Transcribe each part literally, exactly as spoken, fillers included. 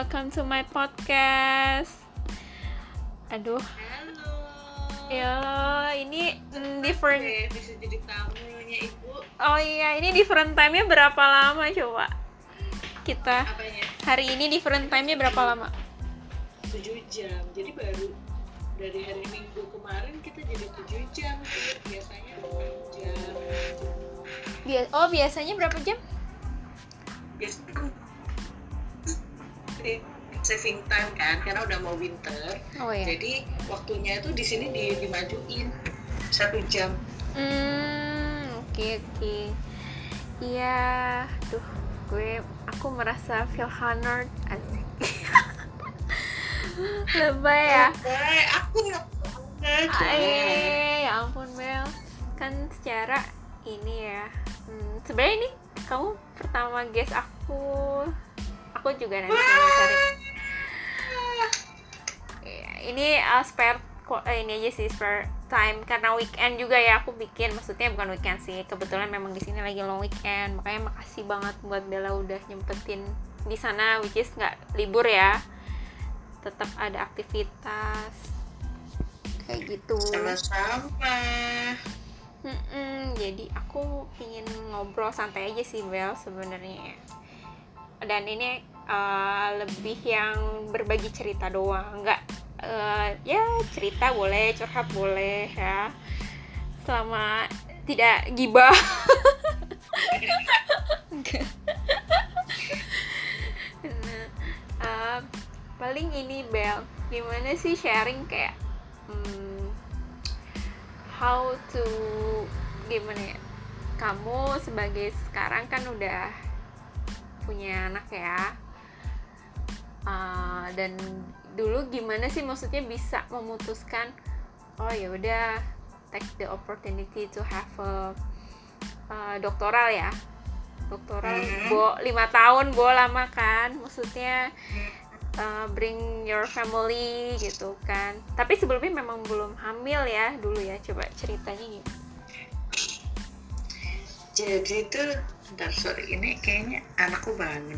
welcome to my podcast. Aduh. Halo. Ya, ini mm, different. Oke, bisa jadi tamunya Ibu. Oh iya, ini different time-nya berapa lama coba? Kita Apanya? hari ini different time-nya berapa lama? tujuh jam. Jadi baru dari hari Minggu kemarin kita jadi tujuh jam. Biasanya enam jam. Bias oh, biasanya berapa jam? Biasanya saving time kan, karena udah mau winter. Oh iya. Jadi waktunya itu di sini di, dimajuin satu jam. Hmm, oke okay, oke. Okay. Iya, tuh gue aku merasa feel honored asik. Lebay ya. Lebay, aku nggak Eh, ya ampun Mel. Kan secara ini ya. Hmm, sebenarnya ini kamu pertama guest aku. Aku juga nanti mau cari. Ya, ini uh, spare eh, ini aja sih spare time karena weekend juga ya aku bikin. Maksudnya bukan weekend sih. Kebetulan memang di sini lagi long weekend. Makanya makasih banget buat Bella udah nyempetin di sana, which is nggak libur ya. Tetap ada aktivitas kayak gitu. Sama-sama. Mm-mm, jadi aku ingin ngobrol santai aja sih Bel sebenarnya. Dan ini uh, lebih yang berbagi cerita doang, nggak uh, ya cerita boleh, curhat boleh ya, selama tidak gibah. Nah, uh, paling ini Bel, gimana sih sharing kayak hmm, how to gimana ya, kamu sebagai sekarang kan udah punya anak ya, uh, dan dulu gimana sih maksudnya bisa memutuskan oh ya udah take the opportunity to have a uh, doktoral ya, doktoral mm-hmm. Bo lima tahun bo lama kan, maksudnya uh, bring your family gitu kan, tapi sebelumnya memang belum hamil ya dulu ya, coba ceritanya gitu. Jadi itu, bentar sorry, ini kayaknya anakku bangun.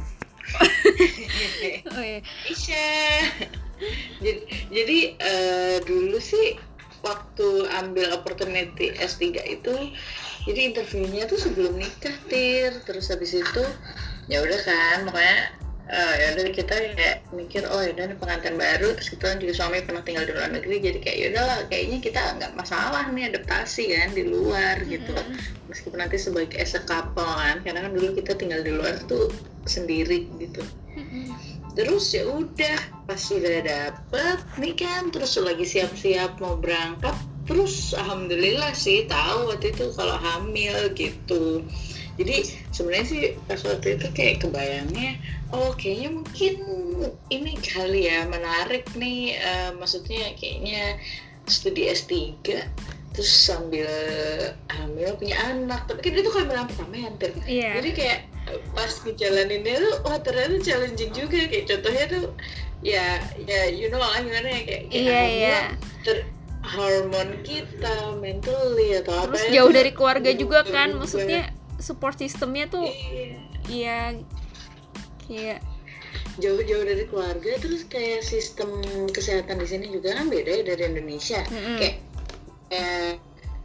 Oh iya. Isya. Jadi, jadi uh, dulu sih waktu ambil opportunity S tiga itu, jadi interviewnya tuh sebelum nikah Tir. Terus habis itu ya udah kan, makanya uh, ya udah kita kayak mikir oh ya udah ini pengantin baru, terus kita juga suami pernah tinggal di luar negeri, jadi kayak ya udahlah kayaknya kita nggak masalah nih adaptasi kan di luar gitu. Mm-hmm. Meskipun nanti sebagai as a couple kan, karena kan dulu kita tinggal di luar tuh sendiri gitu. Mm-hmm. Terus ya udah pas sudah dapet nih kan, terus lagi siap-siap mau berangkat, terus alhamdulillah sih tahu waktu itu kalau hamil gitu. Jadi sebenarnya sih pas waktu itu kayak kebayangnya, oh kayaknya mungkin ini kali ya menarik nih, uh, maksudnya kayaknya studi S tiga terus sambil hamil punya anak, tapi kan itu kayak bilang pertama ya Antir. Yeah. Jadi kayak pas ngejalaninnya tuh wah ternyata challenging juga, kayak contohnya tuh ya ya you know lah gimana ya kayak, kayak yeah, yeah. ter hormon kita mentally atau terus apa jauh ya, dari keluarga juga kan, maksudnya support sistemnya tuh iya kayak jauh-jauh dari keluarga, terus kayak sistem kesehatan di sini juga kan beda ya dari Indonesia. Mm-hmm. Kayak eh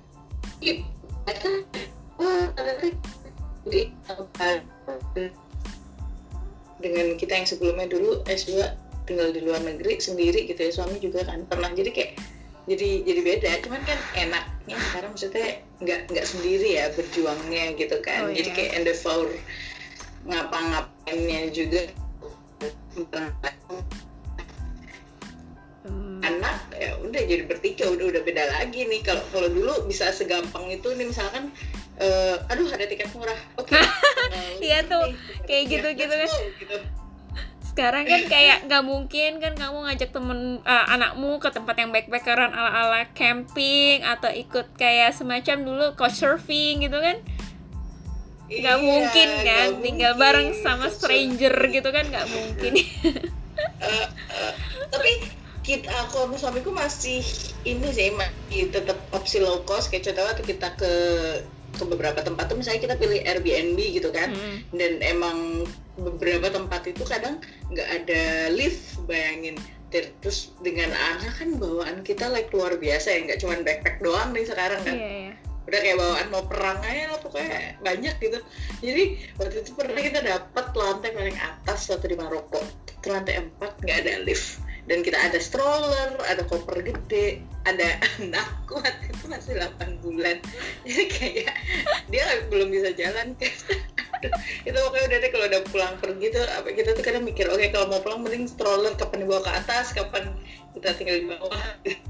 kita oh ternyata jadi dengan kita yang sebelumnya dulu S dua tinggal di luar negeri sendiri gitu ya, suami juga kan pernah, jadi kayak jadi jadi beda, cuman kan enaknya sekarang maksudnya nggak nggak sendiri ya berjuangnya gitu kan. Oh, jadi iya. Kayak endeavor ngapa-ngapainnya juga hmm. anak ya udah jadi bertiga, udah udah beda lagi nih. Kalau kalau dulu bisa segampang itu nih, misalkan uh, aduh ada tiket murah, oke okay. Iya tuh kayak gitu gitu kan gitu. Sekarang kan kayak nggak mungkin kan kamu ngajak temen uh, anakmu ke tempat yang backpackeran ala-ala camping atau ikut kayak semacam dulu couchsurfing gitu kan, nggak iya, mungkin kan gak tinggal mungkin. Bareng sama stranger gitu kan, nggak mungkin. uh, uh, tapi kita aku sama suamiku masih ini sih masih tetap opsi low cost, kayak contohnya waktu kita ke ke beberapa tempat tuh misalnya kita pilih Airbnb gitu kan, hmm. dan emang beberapa tempat itu kadang nggak ada lift, bayangin. Terus dengan anak kan bawaan kita like luar biasa ya, nggak cuma backpack doang nih sekarang kan. Yeah, yeah. Udah kayak bawaan mau perang aja lah pokoknya banyak gitu. Jadi waktu itu pernah kita dapat lantai paling atas waktu di Maroko, itu lantai empat, nggak ada lift, dan kita ada stroller, ada koper gede, ada anakku waktu itu masih delapan bulan, jadi kayak dia belum bisa jalan kan. Itu pokoknya udah deh, kalau udah pulang pergi tuh apa kita tuh kadang mikir, oke okay, kalau mau pulang mending stroller, kapan dibawa ke atas, kapan kita tinggal di bawah.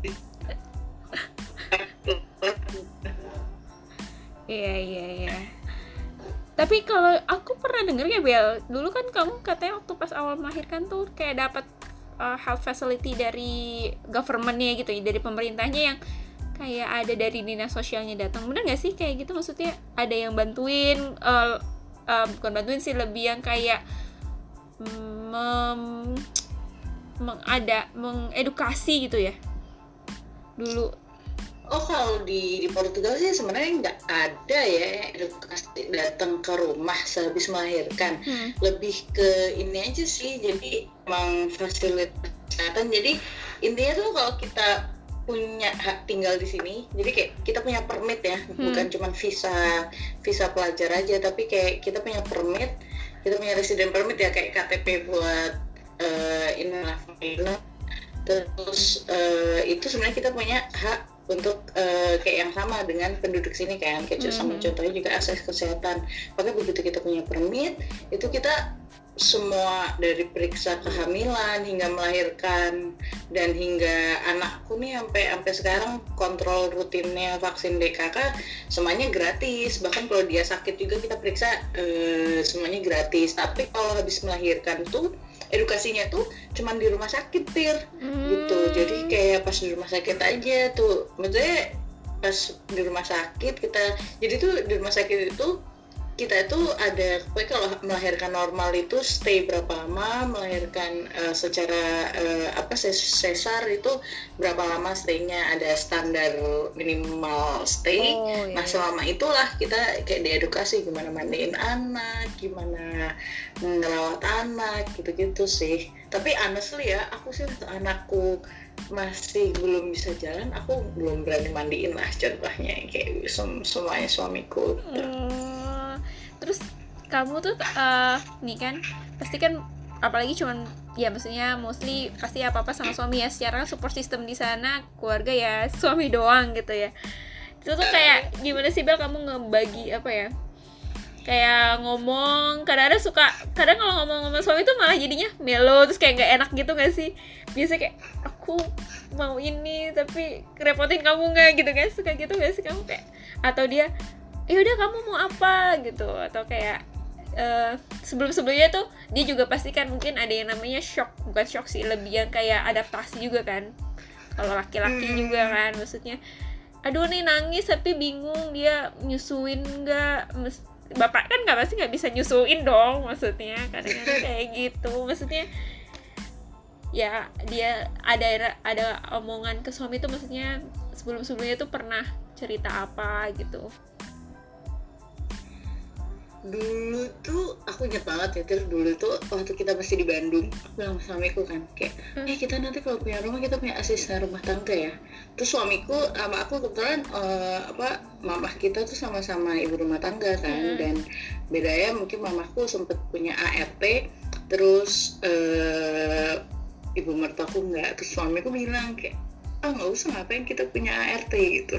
Iya iya iya. Tapi kalau aku pernah denger ya Bel, dulu kan kamu katanya waktu pas awal melahirkan tuh kayak dapat uh, health facility dari government-nya gitu, dari pemerintahnya yang kayak ada dari dinas sosialnya datang. Bener nggak sih kayak gitu? Maksudnya ada yang bantuin, uh, uh, bukan bantuin sih, lebih yang kayak mem, mengada, mengedukasi gitu ya dulu. Oh kalau di, di Portugal sih sebenarnya nggak ada ya edukasi datang ke rumah sehabis melahirkan, hmm. lebih ke ini aja sih, jadi emang fasilitas kesehatan. Jadi intinya tuh kalau kita punya hak tinggal di sini, jadi kayak kita punya permit ya, hmm. bukan cuma visa visa pelajar aja, tapi kayak kita punya permit, kita punya resident permit ya, kayak K T P buat uh, inilah final. Terus uh, itu sebenarnya kita punya hak untuk uh, kayak yang sama dengan penduduk sini kan, kayak mm-hmm. sama contohnya juga akses kesehatan. Makanya begitu kita punya permit, itu kita semua dari periksa kehamilan hingga melahirkan, dan hingga anakku nih sampai sampai sekarang kontrol rutinnya vaksin D K K semuanya gratis. Bahkan kalau dia sakit juga kita periksa uh, semuanya gratis. Tapi kalau habis melahirkan tuh edukasinya tuh cuman di rumah sakit Tir, hmm. gitu. Jadi kayak pas di rumah sakit aja tuh, maksudnya pas di rumah sakit kita, jadi tuh di rumah sakit itu kita itu ada, pokoknya kalau melahirkan normal itu stay berapa lama, melahirkan uh, secara uh, apa sesar itu berapa lama stay-nya, ada standar minimal stay. Oh, iya. Nah selama itulah kita kayak diedukasi gimana mandiin anak, gimana ngerawat anak, gitu-gitu sih. Tapi honestly ya, aku sih waktu anakku masih belum bisa jalan, aku belum berani mandiin lah contohnya, kayak sem- semuanya suamiku. Hmm. Terus kamu tuh uh, nih kan pasti kan, apalagi cuman ya maksudnya mostly pasti apa-apa sama suami ya, secara support system di sana keluarga ya suami doang gitu ya. Itu tuh kayak gimana sih Bel kamu ngebagi apa ya, kayak ngomong, kadang-kadang suka, kadang kalau ngomong-ngomong suami tuh malah jadinya melo, terus kayak nggak enak gitu nggak sih? Biasa kayak aku mau ini tapi kerepotin kamu nggak gitu kan, suka gitu nggak sih kamu kayak, atau dia ya udah kamu mau apa gitu, atau kayak uh, sebelum-sebelumnya tuh dia juga pasti kan mungkin ada yang namanya shock, bukan shock sih, lebih yang kayak adaptasi juga kan kalau laki-laki hmm. juga kan, maksudnya aduh nih nangis tapi bingung dia nyusuin nggak, bapak kan nggak pasti nggak bisa nyusuin dong, maksudnya kadang-kadang kayak gitu, maksudnya ya dia ada ada omongan ke suami tuh, maksudnya sebelum-sebelumnya tuh pernah cerita apa gitu. Dulu tuh aku inget banget ya Tir, dulu tuh waktu kita masih di Bandung, aku bilang sama suamiku kan kayak eh kita nanti kalau punya rumah kita punya asisten rumah tangga ya. Terus suamiku sama aku kebetulan uh, apa mamah kita tuh sama-sama ibu rumah tangga kan, hmm. dan bedanya mungkin mamahku sempet punya A R T, terus uh, ibu mertuaku enggak. Terus suamiku bilang kayak ah nggak usah, ngapain kita punya A R T gitu.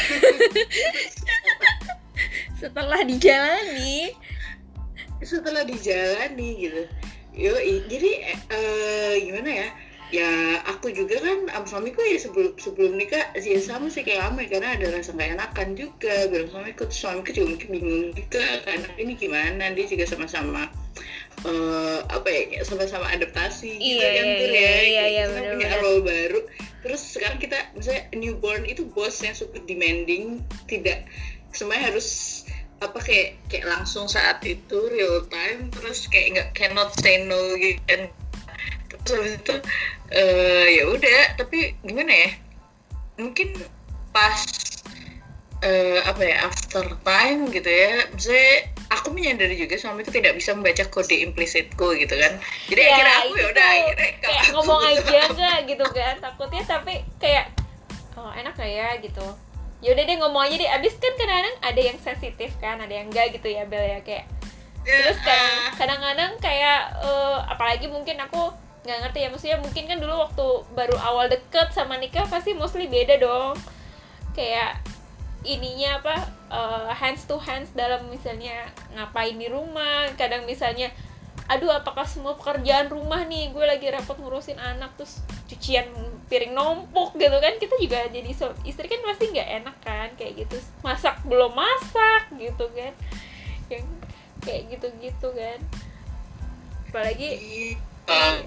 setelah dijalani setelah dijalani gitu. Yo, jadi uh, gimana ya, ya aku juga kan sama suamiku ya sebelum sebelum nikah ya sama sih kayak kamu, karena ada rasa nggak enakan juga bilang suamiku. Suamiku juga mungkin bingung juga kan ini gimana, dia juga sama-sama uh, apa ya, sama-sama adaptasi gitu iya, kan iya, tuh iya, ya, iya, iya, kita bener, punya bener. role baru. Terus sekarang kita misalnya newborn itu bos yang super demanding, tidak semuanya harus apa kayak kayak langsung saat itu real time, terus kayak nggak cannot say no gitu kan. Terus habis itu uh, ya udah, tapi gimana ya, mungkin pas uh, apa ya, after time gitu ya, maksudnya aku menyadari juga suamiku tidak bisa membaca kode implisitku gitu kan, jadi ya, akhirnya aku ya udah akhirnya kayak ngomong aja nggak gitu kan, takutnya tapi kayak oh enak gak ya gitu, ya udah deh ngomong aja deh, abis kan kadang-kadang ada yang sensitif kan, ada yang enggak gitu ya Bel ya, kayak terus kadang- kadang-kadang kayak uh, apalagi mungkin aku nggak ngerti ya, maksudnya mungkin kan dulu waktu baru awal deket sama nikah pasti mostly beda dong, kayak ininya apa uh, hands to hands dalam misalnya ngapain di rumah, kadang misalnya aduh apakah semua pekerjaan rumah nih gue lagi repot ngurusin anak, terus cucian piring numpuk gitu kan, kita juga jadi so, istri kan pasti nggak enak kan kayak gitu, masak belum masak gitu kan, yang kayak gitu-gitu kan, apalagi uh,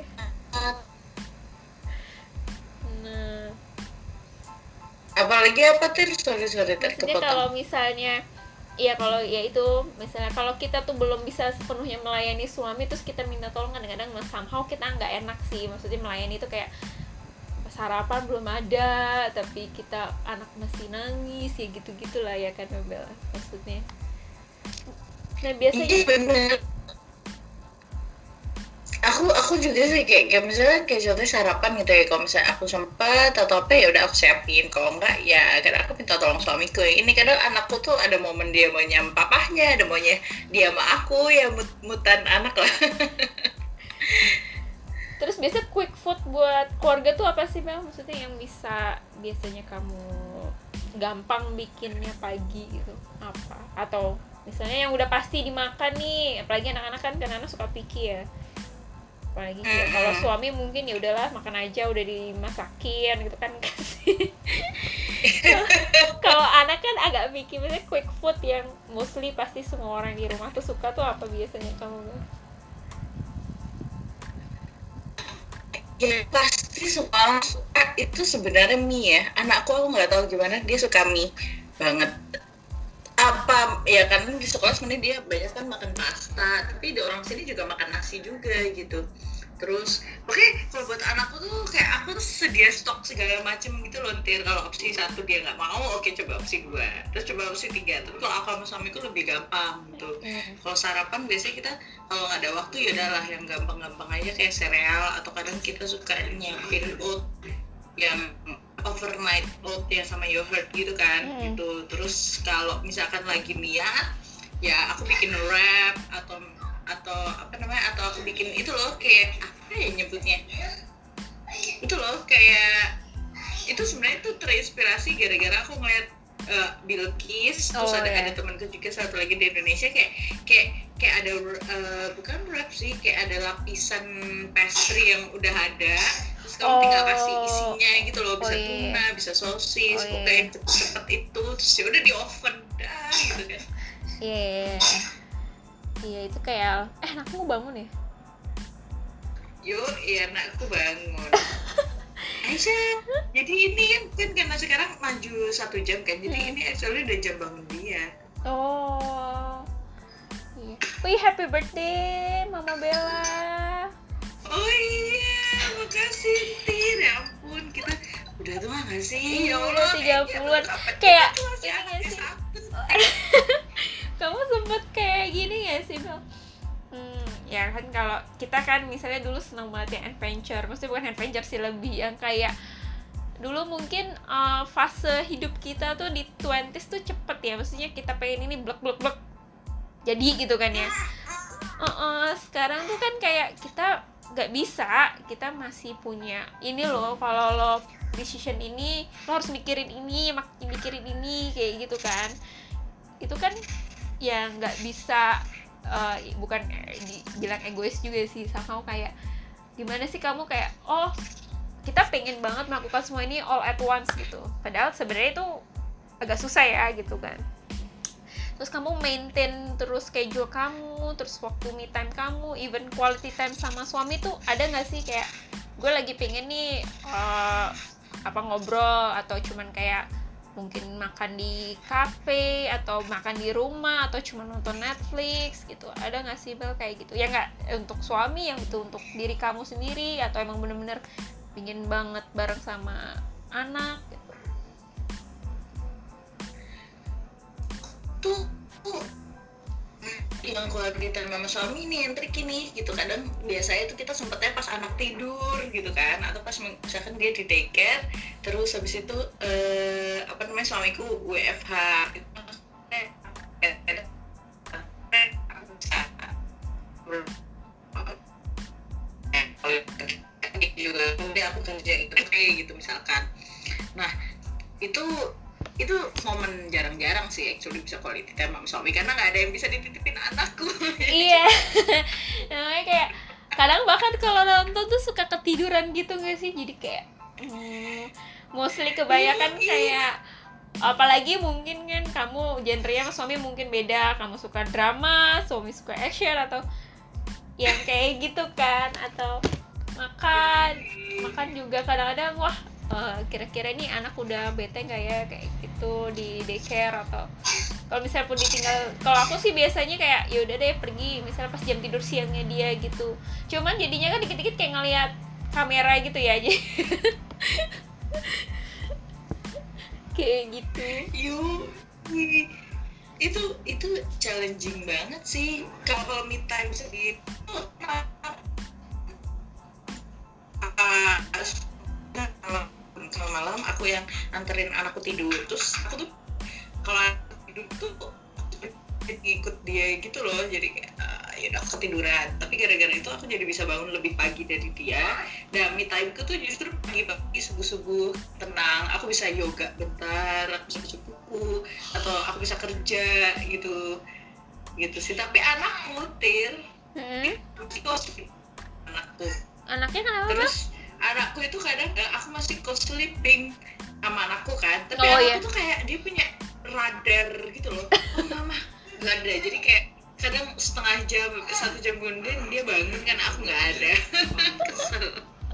nah apalagi apa tuh sorry sorry maksudnya kalau misalnya ya kalau ya itu misalnya kalau kita tuh belum bisa sepenuhnya melayani suami terus kita minta tolong, kadang-kadang somehow kita nggak enak sih, maksudnya melayani itu kayak sarapan belum ada tapi kita anak masih nangis ya gitu gitulah ya kan Mabel maksudnya. Nah biasanya bener. aku aku juga sih kayak, kayak misalnya kayak contohnya sarapan gitu ya, kalau misalnya aku sempat atau apa ya udah aku siapin, kalau enggak ya kadang aku minta tolong suamiku. Ini kadang anakku tuh ada momen dia maunya sama papahnya, ada maunya dia sama aku, ya mut-mutan anak lah. Terus biasa quick food buat keluarga tuh apa sih Bang, maksudnya yang bisa biasanya kamu gampang bikinnya pagi gitu apa, atau misalnya yang udah pasti dimakan nih, apalagi anak-anak kan kadang-kadang suka picky ya, apalagi ya kalau suami mungkin ya udahlah makan aja udah dimasakin gitu kan kasih. Kalau anak kan agak picky, misalnya quick food yang mostly pasti semua orang di rumah tuh suka tuh apa biasanya kamu? Ya pasti semua orang suka itu sebenarnya mie ya. Anakku aku nggak tahu gimana dia suka mie banget. Apa ya kan di sekolah sebenarnya dia banyak kan makan pasta, tapi di orang sini juga makan nasi juga gitu. Terus oke kalau buat anakku tuh kayak aku tuh sedia stok segala macam gitu loh, ntir kalau opsi satu dia nggak mau, oke coba opsi dua, terus coba opsi tiga. Tapi kalau aku sama suamiku lebih gampang gitu. Kalau sarapan biasanya kita kalau nggak ada waktu ya udahlah yang gampang-gampang aja kayak sereal, atau kadang kita suka nyiapin oat yang overnight oat ya sama yogurt gitu kan, hmm. gitu. Terus kalau misalkan lagi niat ya aku bikin wrap atau atau apa namanya atau aku bikin itu loh kayak apa ya nyebutnya itu loh kayak itu sebenarnya tuh terinspirasi gara-gara aku ngeliat uh, Bilqis, terus oh, ada yeah. ada temanku juga satu lagi di Indonesia kayak kayak kayak ada uh, bukan wrap sih, kayak ada lapisan pastry yang udah ada, terus kamu oh. tinggal kasih isinya gitu loh, bisa oh, yeah. tuna, bisa sosis, oh, pokoknya yeah. cepet-cepet itu, terus ya udah di oven dah gitu kan. Iya. Yeah. Iya itu kayak eh anakmu bangun ya? Yuk, iya anakku bangun. Aisyah, jadi ini kan karena sekarang maju satu jam kan, jadi hmm. ini actually udah jam bangun dia. Oh, iya. Wih happy birthday Mama Bella. Oh iya, makasih Tir, ya ampun kita udah tua nggak sih? Ya Allah, tiga puluhan kayak ini sih. Kamu sempet kayak gini gak sih Bel? Hmm, ya kan kalau kita kan misalnya dulu seneng banget ya adventure, maksudnya bukan adventure sih, lebih yang kayak dulu mungkin uh, fase hidup kita tuh di twenties tuh cepet ya, maksudnya kita pengen ini blek blek blek jadi gitu kan ya. Uh-uh, sekarang tuh kan kayak kita gak bisa, kita masih punya ini loh, kalau lo decision ini lo harus mikirin ini, makin mikirin ini kayak gitu kan. Itu kan ya nggak bisa uh, bukan dibilang egois juga sih, somehow kayak gimana sih kamu kayak oh kita pengen banget melakukan semua ini all at once gitu, padahal sebenarnya itu agak susah ya gitu kan. Terus kamu maintain terus schedule kamu, terus waktu me time kamu, even quality time sama suami tuh ada nggak sih kayak gue lagi pengen nih uh, apa ngobrol atau cuman kayak mungkin makan di kafe atau makan di rumah atau cuma nonton Netflix gitu, ada nggak sih Bel kayak gitu ya? Nggak untuk suami, yang itu untuk diri kamu sendiri, atau emang bener-bener pingin banget bareng sama anak gitu? tentang quality time sama suami nih yang trik ini gitu. Kadang biasanya tuh kita sempetnya pas anak tidur gitu kan, atau pas misalkan dia di daycare, terus habis itu eh, apa namanya suamiku W F H gitu. Juga kemudian aku kerja itu kayak gitu misalkan. Nah itu itu momen jarang-jarang sih actually bisa quality time sama suami, karena nggak ada yang bisa dititipin anakku. Iya. Namanya kayak kadang bahkan kalau nonton tuh suka ketiduran gitu nggak sih, jadi kayak hmm, mostly kebanyakan kayak apalagi mungkin kan kamu genrenya sama suami mungkin beda, kamu suka drama, suami suka action atau yang kayak gitu kan, atau makan makan juga kadang-kadang wah uh, kira-kira ini anak udah bete nggak ya kayak gitu di daycare, atau kalau misalnya pun ditinggal, kalau aku sih biasanya kayak ya udah deh pergi misalnya pas jam tidur siangnya dia gitu, cuman jadinya kan dikit-dikit kayak ngeliat kamera gitu ya aja. Kayak gitu. Yuk, itu itu challenging banget sih kalau me time sendiri. Kalau malam aku yang anterin anakku tidur, terus aku tuh kalau tidur tuh ikut dia gitu loh, jadi kayak uh, ya udah ketiduran, tapi gara-gara itu aku jadi bisa bangun lebih pagi dari dia. Dan me time ku tuh justru pagi-pagi subuh-subuh tenang, aku bisa yoga bentar, aku bisa baca buku, atau aku bisa kerja gitu gitu sih. Tapi anak mutir hmm? itu anakku Anaknya kenapa? Terus anakku itu kadang aku masih co-sleeping sama anakku kan, tapi oh, anakku iya. tuh kayak dia punya radar gitu loh. Oh mama nggak ada, jadi kayak kadang setengah jam satu jam kemudian dia bangun kan aku nggak ada. Kesel.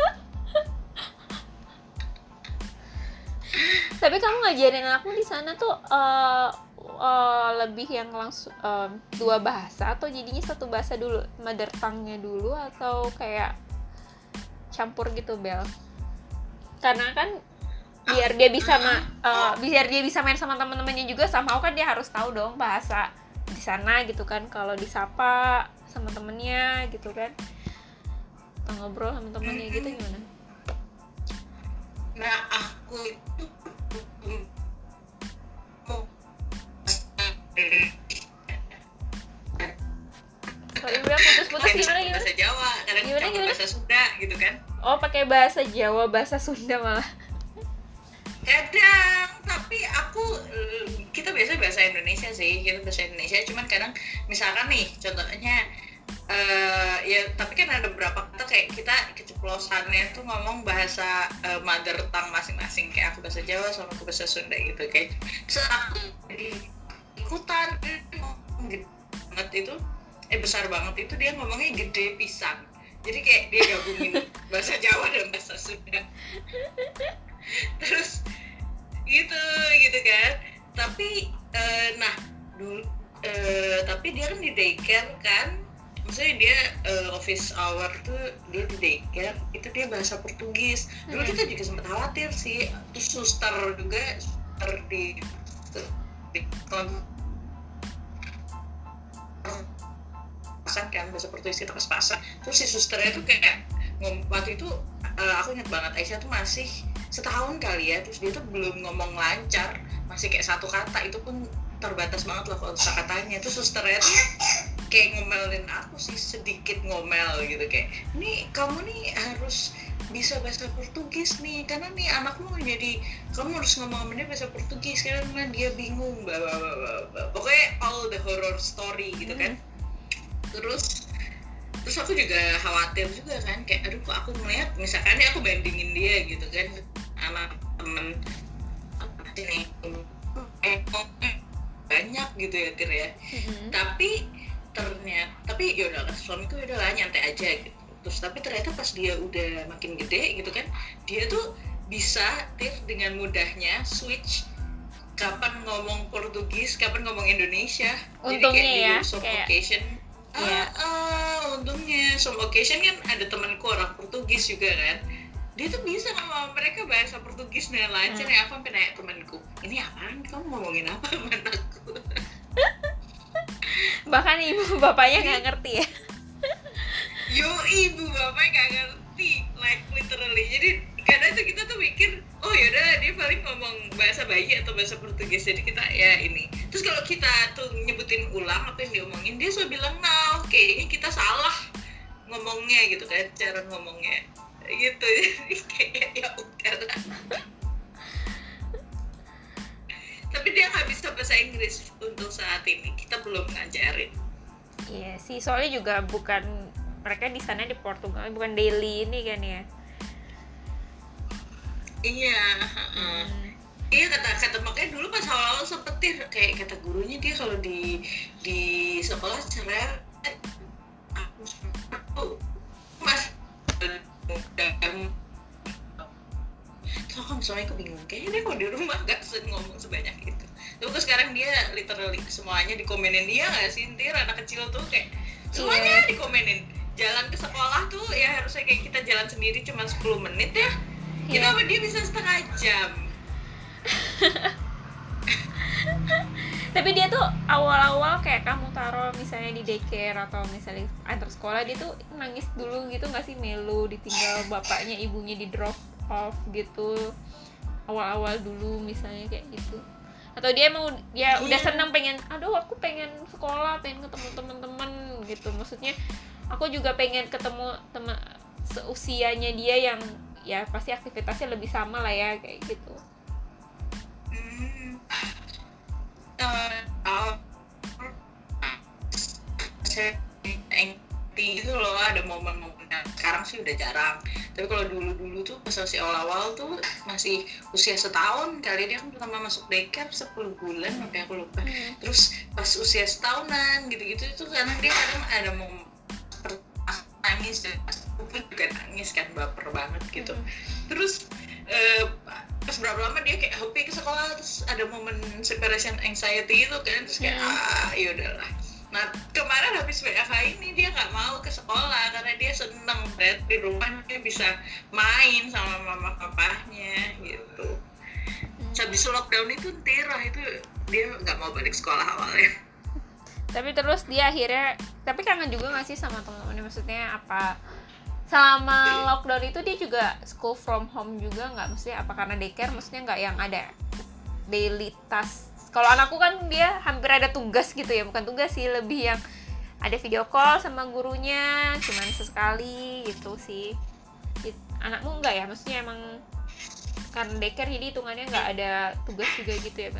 Tapi kamu ngajarin anakmu di sana tuh uh, uh, lebih yang langsung uh, dua bahasa atau jadinya satu bahasa dulu, mother tongue-nya dulu, atau kayak campur gitu Bel? Karena kan biar dia bisa ma- uh, biar dia bisa main sama teman-temannya juga, somehow kan dia harus tahu dong bahasa di sana gitu kan, kalau disapa sama temennya gitu kan, atau ngobrol sama temennya gitu gimana? Nah aku itu Sorry udah putus-putus gimana gimana? Bahasa Jawa, kadang Gimana, campur gimana? bahasa Sunda gitu kan. Oh pakai bahasa Jawa, bahasa Sunda malah. Kadang, tapi aku kita biasanya bahasa Indonesia sih, kita bahasa Indonesia. Cuman kadang misalkan nih contohnya uh, ya tapi kan ada beberapa kata kayak kita keceplosannya tuh ngomong bahasa uh, mother tongue masing-masing, kayak aku bahasa Jawa sama aku bahasa Sunda gitu kayak. Terus aku jadi ikutan gede banget itu, eh besar banget itu dia ngomongnya gede pisang. Jadi kayak dia gabungin bahasa Jawa dan bahasa Sunda. Terus gitu gitu kan. Tapi uh, nah dulu uh, tapi dia kan di daycare kan, maksudnya dia uh, office hour tuh dia di daycare, itu dia bahasa Portugis. Dulu hmm. kita juga sempat khawatir sih, terus suster juga suster di, di pasan kan bahasa Portugis kita pas-pasan. Terus si susternya tuh kayak waktu itu uh, aku ingat banget Aisyah tuh masih setahun kali ya, terus dia tuh belum ngomong lancar, masih kayak satu kata, itu pun terbatas banget lah kosa katanya. Terus susternya tuh kayak ngomelin aku sih, sedikit ngomel gitu kayak, nih kamu nih harus bisa bahasa Portugis nih, karena nih anakmu jadi kamu harus ngomong sama dia bahasa Portugis karena dia bingung, bla bla bla bla. Pokoknya all the horror story gitu kan. Terus terus aku juga khawatir juga kan, kayak aduh kok aku ngeliat misalkan ya aku bandingin dia gitu kan anak temen ini eh banyak gitu ya Tir ya. Mm-hmm. Tapi ternyata tapi yaudah lah suamiku yaudah lah nyantai aja gitu. Terus tapi ternyata pas dia udah makin gede gitu kan, dia tuh bisa Tir dengan mudahnya switch kapan ngomong Portugis, kapan ngomong Indonesia. Untungnya jadi kayak ya, di some kayak occasion yeah. ah, ah, untungnya some occasion kan ada temanku orang Portugis juga kan, dia tuh bisa ngomong mereka bahasa Portugis dengan lancar. hmm. Ya aku sampai nanya temanku, ini apaan, kamu ngomongin apa sama anakku? Bahkan ibu bapaknya nggak ngerti ya. Yo, ibu bapaknya nggak ngerti, like literally. Jadi kadang tuh kita tuh mikir, oh yaudah dia paling ngomong bahasa bayi atau bahasa Portugis, jadi kita ya ini. Terus kalau kita tuh nyebutin ulang apa yang diomongin, dia selalu bilang, nah kayaknya kita salah ngomongnya gitu kan, cara ngomongnya gitu. Jadi kayak ya udah lah. Tapi dia nggak bisa bahasa Inggris untuk saat ini, kita belum ngajarin. Iya sih, soalnya juga bukan, mereka di sana di Portugal bukan daily ini kan ya. Iya, uh, hmm. Iya kata kata makanya dulu pas awal-awal sempet tir, kayak kata gurunya dia kalau di di sekolah cerai aku mas so kan soalnya aku bingung kayaknya dia kalau di rumah nggak ngomong sebanyak itu. Terus sekarang dia literally semuanya dikomenin, dia nggak sih Tir, anak kecil tuh kayak semuanya yeah. dikomenin. Jalan ke sekolah tuh ya harusnya kayak kita jalan sendiri cuma sepuluh menit ya. Kita yeah. apa dia bisa setengah jam. Tapi dia tuh awal-awal kayak kamu taruh misalnya di daycare atau misalnya antar sekolah, dia tuh nangis dulu gitu nggak sih, melu ditinggal bapaknya ibunya di drop off gitu awal-awal dulu misalnya kayak gitu. Atau dia mau dia yeah. udah senang pengen, aduh aku pengen sekolah, pengen ketemu teman-teman gitu. Maksudnya aku juga pengen ketemu teman seusianya dia yang ya pasti aktivitasnya lebih sama lah ya kayak gitu. Hmm. Uh, uh, saya itu loh ada momen-momen sekarang sih udah jarang. Tapi kalau dulu-dulu tuh pas masih awal-awal tuh masih usia setahun kali, dia kan pertama masuk daycare sepuluh bulan sampai aku lupa. Hmm. Terus pas usia setahunan gitu-gitu itu karena dia kadang ada momen nangis, pas aku pun juga nangis kan, baper banget gitu. Hmm. Terus uh, pas berapa lama dia kayak happy ke sekolah, terus ada momen separation anxiety gitu kan, terus kayak hmm. ah yaudahlah. Nah kemarin habis W F H ini dia nggak mau ke sekolah karena dia seneng banget di rumah, dia bisa main sama mama papahnya gitu. Hmm. Habis lockdown itu Tirah itu dia nggak mau balik sekolah awalnya. Tapi terus dia akhirnya, tapi kangen juga nggak sih sama teman-temannya? Maksudnya apa selama lockdown itu dia juga school from home juga nggak? Maksudnya apa karena daycare, maksudnya nggak yang ada daily task? Kalau anakku kan dia hampir ada tugas gitu ya, bukan tugas sih, lebih yang ada video call sama gurunya cuman sesekali gitu sih. Anakmu enggak ya? Maksudnya emang karena daycare jadi hitungannya nggak ada tugas juga gitu ya Bel?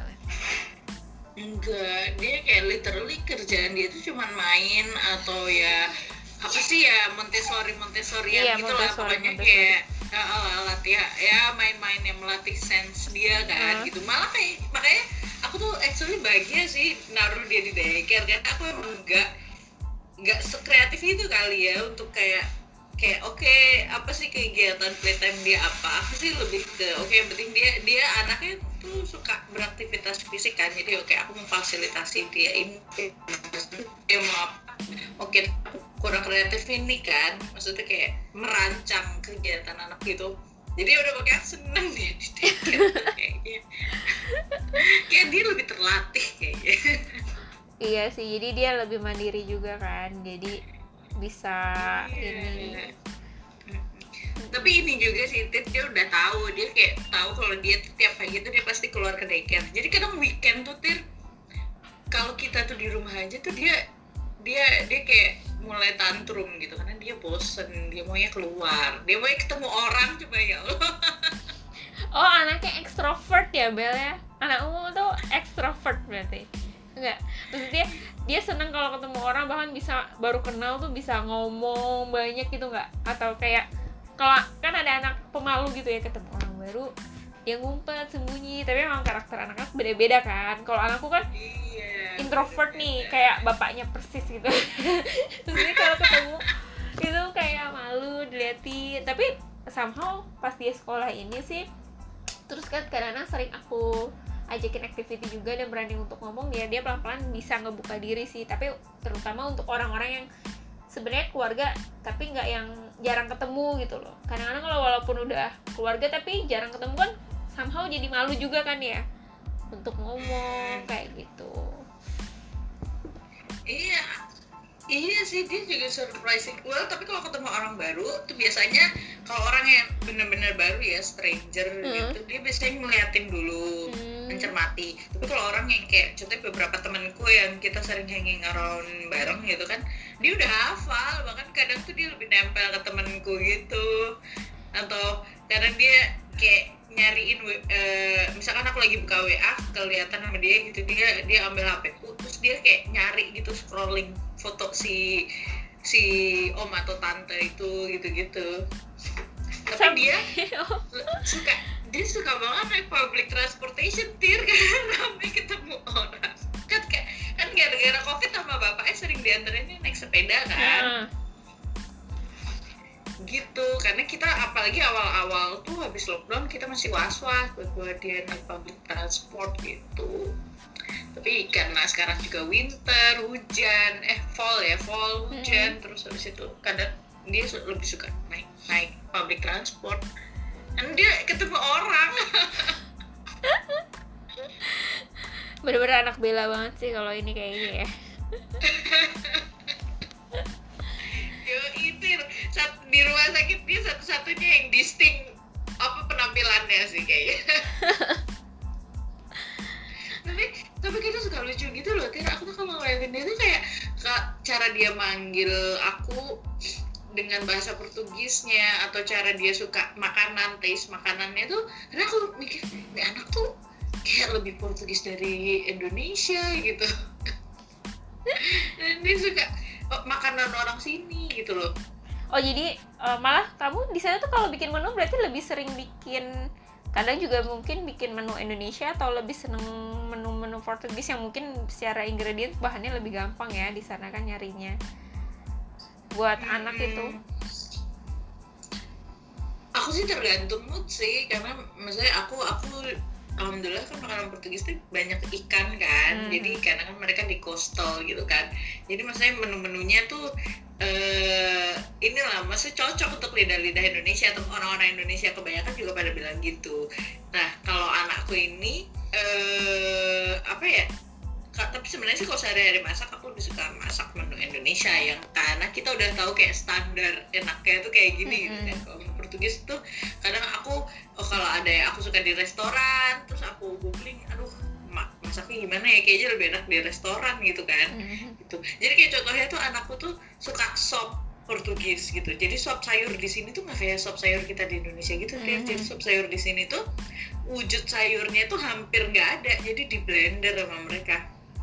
Enggak, dia kayak literally kerjaan dia tuh cuman main atau ya apa sih ya Montessori Montessorian iya, gitu Montessori, lah pokoknya Montessori. Kayak uh, latih ya main-main yang melatih sense dia kan uh. gitu. Malah kayak makanya aku tuh actually bahagia sih naruh dia di daycare karena aku emang enggak enggak sekreatif itu kali ya untuk kayak kayak oke okay, apa sih kegiatan playtime dia apa aku sih lebih ke oke okay, yang penting dia dia anaknya tuh suka beraktivitas fisik kan, jadi oke okay, aku memfasilitasi dia ini dia mau apa oke okay, kurang kreatif ini kan, maksudnya kayak merancang kegiatan anak gitu. Jadi udah pakai aku seneng dia di kayaknya kayak dia lebih terlatih kayaknya. Iya sih, jadi dia lebih mandiri juga kan, jadi bisa yeah. ini. Tapi ini juga sih Tit, dia udah tahu, dia kayak tahu kalau dia tiap pagi tuh dia pasti keluar ke daycare. Jadi kadang weekend tuh Tir, kalau kita tuh di rumah aja tuh dia dia dia kayak mulai tantrum gitu karena dia bosen, dia maunya keluar, dia maunya ketemu orang, coba ya Allah. Oh anaknya ekstrovert ya Bel ya? Anakmu tuh ekstrovert berarti? Enggak, maksudnya dia seneng kalau ketemu orang, bahkan bisa baru kenal tuh bisa ngomong banyak gitu nggak? Atau kayak kalau kan ada anak pemalu gitu ya, ketemu orang baru dia ngumpet sembunyi, tapi memang karakter anaknya beda-beda kan. Kalau anakku kan iya, introvert beda-beda. Nih kayak bapaknya persis gitu. Terus kalau ketemu itu kayak malu diliatin. Tapi somehow pas dia sekolah ini sih, terus kan kadang-kadang sering aku ajakin activity juga dan berani untuk ngomong, dia dia pelan-pelan bisa ngebuka diri sih. Tapi terutama untuk orang-orang yang sebenarnya keluarga tapi nggak yang jarang ketemu gitu loh. Kadang-kadang kalau walaupun udah keluarga tapi jarang ketemu kan somehow jadi malu juga kan ya untuk ngomong kayak gitu. Iya, sih, dia juga surprising well, tapi kalau ketemu orang baru tuh biasanya kalau orang yang benar-benar baru ya, stranger Hmm. gitu, dia biasanya ngeliatin dulu, Hmm. mencermati. Tapi kalau orang yang kayak contohnya beberapa temanku yang kita sering hanging around bareng gitu kan, dia udah hafal, bahkan kadang tuh dia lebih nempel ke temanku gitu. Atau kadang dia kayak nyariin uh, misalkan aku lagi buka W A kelihatan sama dia gitu, dia dia ambil H P ku terus dia kayak nyari gitu, scrolling foto si si om atau tante itu gitu-gitu. Tapi Sam- dia suka dia suka banget naik public transportation, Tir, karena ramai ketemu orang kan, kayak kan gara-gara covid sama bapaknya sering dianterinnya naik sepeda kan. Nah, Gitu, karena kita apalagi awal-awal tuh habis lockdown kita masih was-was buat dia naik public transport gitu. Tapi karena sekarang juga winter, hujan, eh fall ya, fall, hujan, Mm-mm. terus habis itu kadang dia su- lebih suka naik naik public transport. Dan dia ketemu orang. bener-bener anak Bella banget sih kalau ini kayaknya ya. Yo itu sat- di rumah sakit dia satu-satunya yang distinct apa penampilannya sih kayaknya. tapi tapi kita suka lucu gitu loh, Tira. Aku tuh kalau ngeliatin dia tuh kayak ka- cara dia manggil aku dengan bahasa Portugisnya, atau cara dia suka makanan, taste makanannya tuh, karena aku mikir ini anak tuh kayak lebih Portugis dari Indonesia gitu. Dan dia suka oh, makanan orang sini gitu loh. Oh jadi uh, malah kamu di sana tuh kalau bikin menu berarti lebih sering bikin, kadang juga mungkin bikin menu Indonesia, atau lebih seneng menu-menu Portugis yang mungkin secara ingredient bahannya lebih gampang ya di sana kan nyarinya buat Hmm. anak itu. Aku sih tergantung mood sih, karena maksudnya aku aku alhamdulillah kan makanan Portugis tuh banyak ikan kan. Hmm. Jadi karena kan mereka di coastal gitu kan, jadi maksudnya menu-menunya tuh eh inilah maksudnya cocok untuk lidah-lidah Indonesia atau orang-orang Indonesia, kebanyakan juga pada bilang gitu. Nah kalau anakku ini eh apa ya, Ka- tapi sebenarnya sih kalau sehari-hari masak aku lebih suka masak menu Indonesia, yang karena kita udah tahu kayak standar enaknya tuh kayak gini gitu kan. Kalau menu Portugis tuh kadang aku oh kalau ada yang aku suka di restoran terus aku googling, aduh ma- masaknya gimana ya, kayaknya lebih enak di restoran gitu kan. Mhm. Gitu. Jadi kayak contohnya tuh anakku tuh suka sop Portugis gitu. Jadi sop sayur di sini tuh nggak kayak sop sayur kita di Indonesia gitu. Dia Mhm. Jadi sop sayur di sini tuh wujud sayurnya tuh hampir nggak ada. Jadi di blender sama mereka.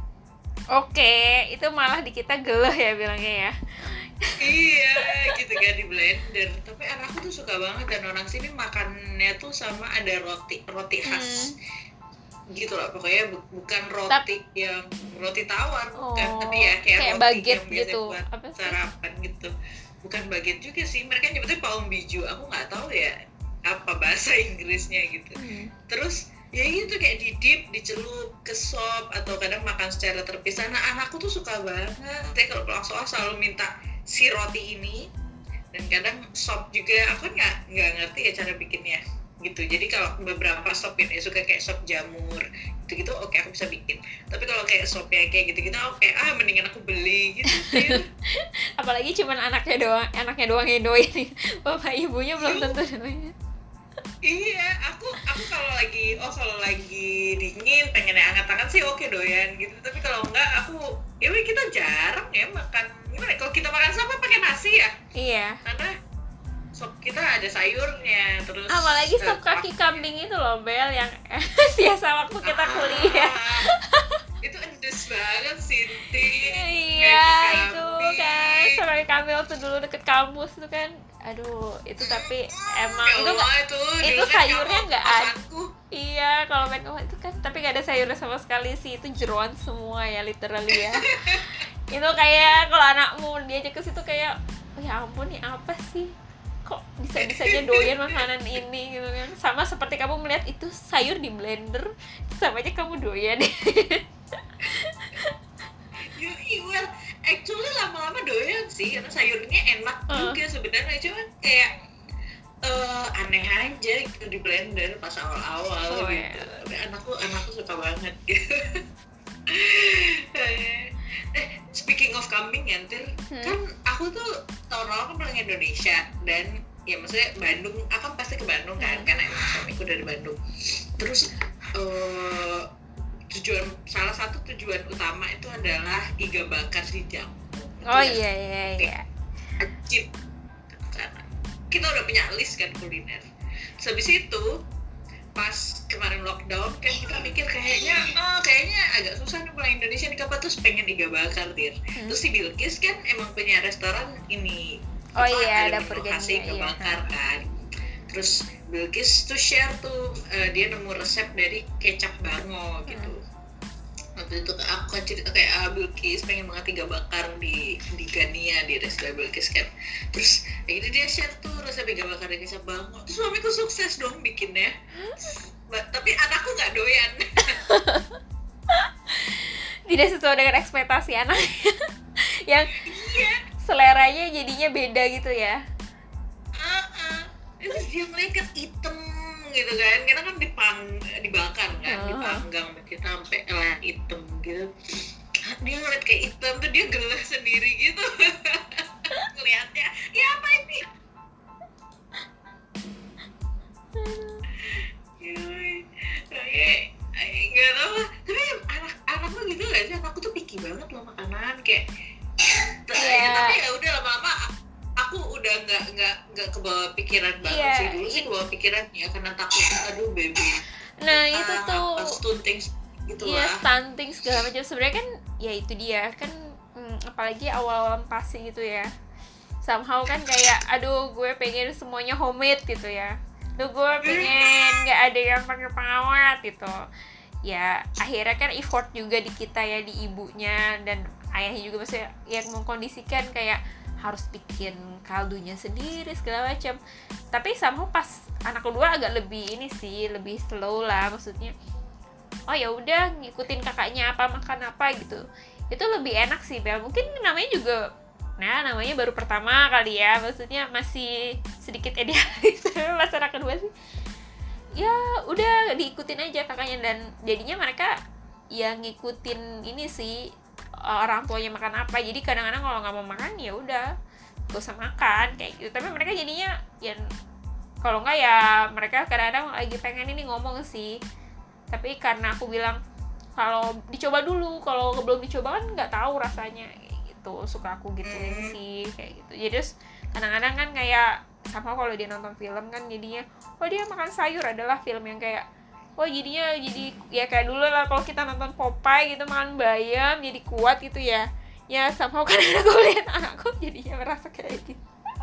Oke, itu malah di kita geleh ya bilangnya ya. Iya, gitu kan di blender. Tapi anakku tuh suka banget, dan orang sini makannya tuh sama ada roti roti khas. Gitu lah pokoknya, bu- bukan roti yang roti tawar bukan, Oh, tapi ya kayak, kayak roti baguette yang biasa gitu. buat Apa sih? sarapan gitu. Bukan baguette juga sih, mereka nyebutnya paung biju. Aku nggak tahu ya apa bahasa Inggrisnya gitu. Hmm. Terus ya gitu kayak didip, dicelup ke sop, atau kadang makan secara terpisah. Nah anakku tuh suka banget ya kalau pulang sekolah selalu minta si roti ini, dan kadang sop juga. Aku nggak nggak ngerti ya cara bikinnya gitu. Jadi kalau beberapa sop yang dia suka kayak sop jamur gitu-gitu, oke aku bisa bikin. Tapi kalau kayak sop yang kayak gitu-gitu, oke ah mendingan aku beli gitu sih. Apalagi cuman anaknya doang, anaknya doang yang doyan. Bapak ibunya belum tentu doyan. Iya, aku aku kalau lagi oh kalau lagi dingin pengen yang hangat-hangat sih oke doyan gitu. Tapi kalau enggak aku ya weh, kita jarang ya makan. Gimana kalau kita makan sop pakai nasi ya? Iya. Karena sop kita ada sayurnya, terus Apalagi eh, sop kaki pak- kambing itu loh, Bel, yang biasa waktu kita kuliah. Ah, itu endes banget Sinti. Iya, Kaki itu kambing. kan sop kaki kambing waktu dulu deket kampus itu kan. Aduh, itu tapi emang Ya itu Allah, nggak, itu, itu dulu kan sayurnya kamu nggak ada. kosanku. Iya, kalau main kamu itu kan, tapi nggak ada sayurnya sama sekali sih, itu jeroan semua ya literally ya. Itu kayak kalau anakmu diajak ke situ kayak, oh ya ampun nih apa sih? Kok bisa-bisanya doyan makanan ini gitu kan. Sama seperti kamu melihat itu sayur di blender, sama aja kamu doyan. You, you well, actually lama-lama doyan sih, karena sayurnya enak Uh. juga sebenarnya, cuman kayak eh, aneh aja gitu di blender pas awal-awal Oh, gitu. iya. Tapi anakku anakku suka banget gitu. eh, speaking of kambing ya, kan Tir, Hmm. kan aku tuh tahun lalu kan pulang Indonesia dan ya maksudnya Bandung, aku pasti ke Bandung kan, Hmm. karena emang suamiku dari Bandung. Terus uh, tujuan salah satu tujuan utama itu adalah iga bakar si Jamu. Oh iya iya iya. Ajib. Karena kita udah punya list kan kuliner. Terus habis itu pas kemarin lockdown kan kita mikir kayaknya oh kayaknya agak susah nih pulang Indonesia nih kapan, terus pengen iga bakar Tir. Hmm. Terus si Bilkis kan emang punya restoran ini, Oh apa, iya, ada dapur menu khas iga Gania, iya. bakar kan. Terus Bilkis tuh share tuh uh, dia nemu resep dari kecap bango gitu. Waktu itu aku kan cerita kayak ah, Bilkis pengen banget iga bakar di di Gania, di restoran Bilkis kan. Terus ini dia share tuh resep iga bakar di kecap bango. Terus suamiku sukses dong bikinnya. Ba- tapi anakku nggak doyan. Tidak sesuai dengan ekspektasi anak. Yang Iya. seleranya jadinya beda gitu ya. Uh-uh. Terus dia ngeliat kan hitam gitu kan, karena kan dipang dibakar kan, Uh-huh. dipanggang kita sampai elak hitam gitu. Dia ngeliat kayak hitam tuh dia gelah sendiri gitu. Ngeliatnya, ya apa ini? Yoi. Kayak nggak tahu lah. Tapi anak-anak tuh gitu nggak sih? Anakku tuh picky banget loh makanan kayak. Iya. Ya, tapi ya udah lama-lama aku udah nggak nggak nggak kebawa pikiran banget Iya, sih, dulu sih i- kebawa pikiran ya karena takut aduh baby Nah itu ah, tuh apa stunting gitu iya lah. stunting segala macam. Sebenarnya kan ya itu dia kan, hmm, apalagi awal-awal pasti gitu ya. Somehow kan kayak aduh gue pengen semuanya homemade gitu ya. Tuh gue pengen nggak ada yang pakai pengawet gitu. Ya akhirnya kan effort juga di kita ya, di ibunya dan ayahnya juga maksudnya yang mengkondisikan kayak harus bikin kaldunya sendiri segala macam. Tapi somehow pas anak kedua agak lebih ini sih, lebih slow lah maksudnya. Oh ya udah ngikutin kakaknya apa makan apa gitu. Itu lebih enak sih Bel. Mungkin namanya juga nah namanya baru pertama kali ya, maksudnya masih sedikit idealis. Pas anak kedua sih ya udah diikutin aja kakaknya, dan jadinya mereka ya ngikutin ini sih orang tuanya makan apa. Jadi kadang-kadang kalau nggak mau makan ya udah gak usah makan kayak gitu. Tapi mereka jadinya ya kalau nggak ya mereka kadang-kadang lagi pengen ini ngomong sih. Tapi karena aku bilang kalau dicoba dulu, kalau belum dicoba kan nggak tahu rasanya kayak gitu. Suka aku gituin Hmm. sih kayak gitu. Jadi terus kadang-kadang kan kayak sama kalau dia nonton film kan jadinya oh dia makan sayur adalah film yang kayak oh jadinya jadi ya kayak dulu lah kalau kita nonton Popeye gitu makan bayam jadi kuat gitu ya. Ya sama kan aku lihat anakku jadinya merasa kayak gitu.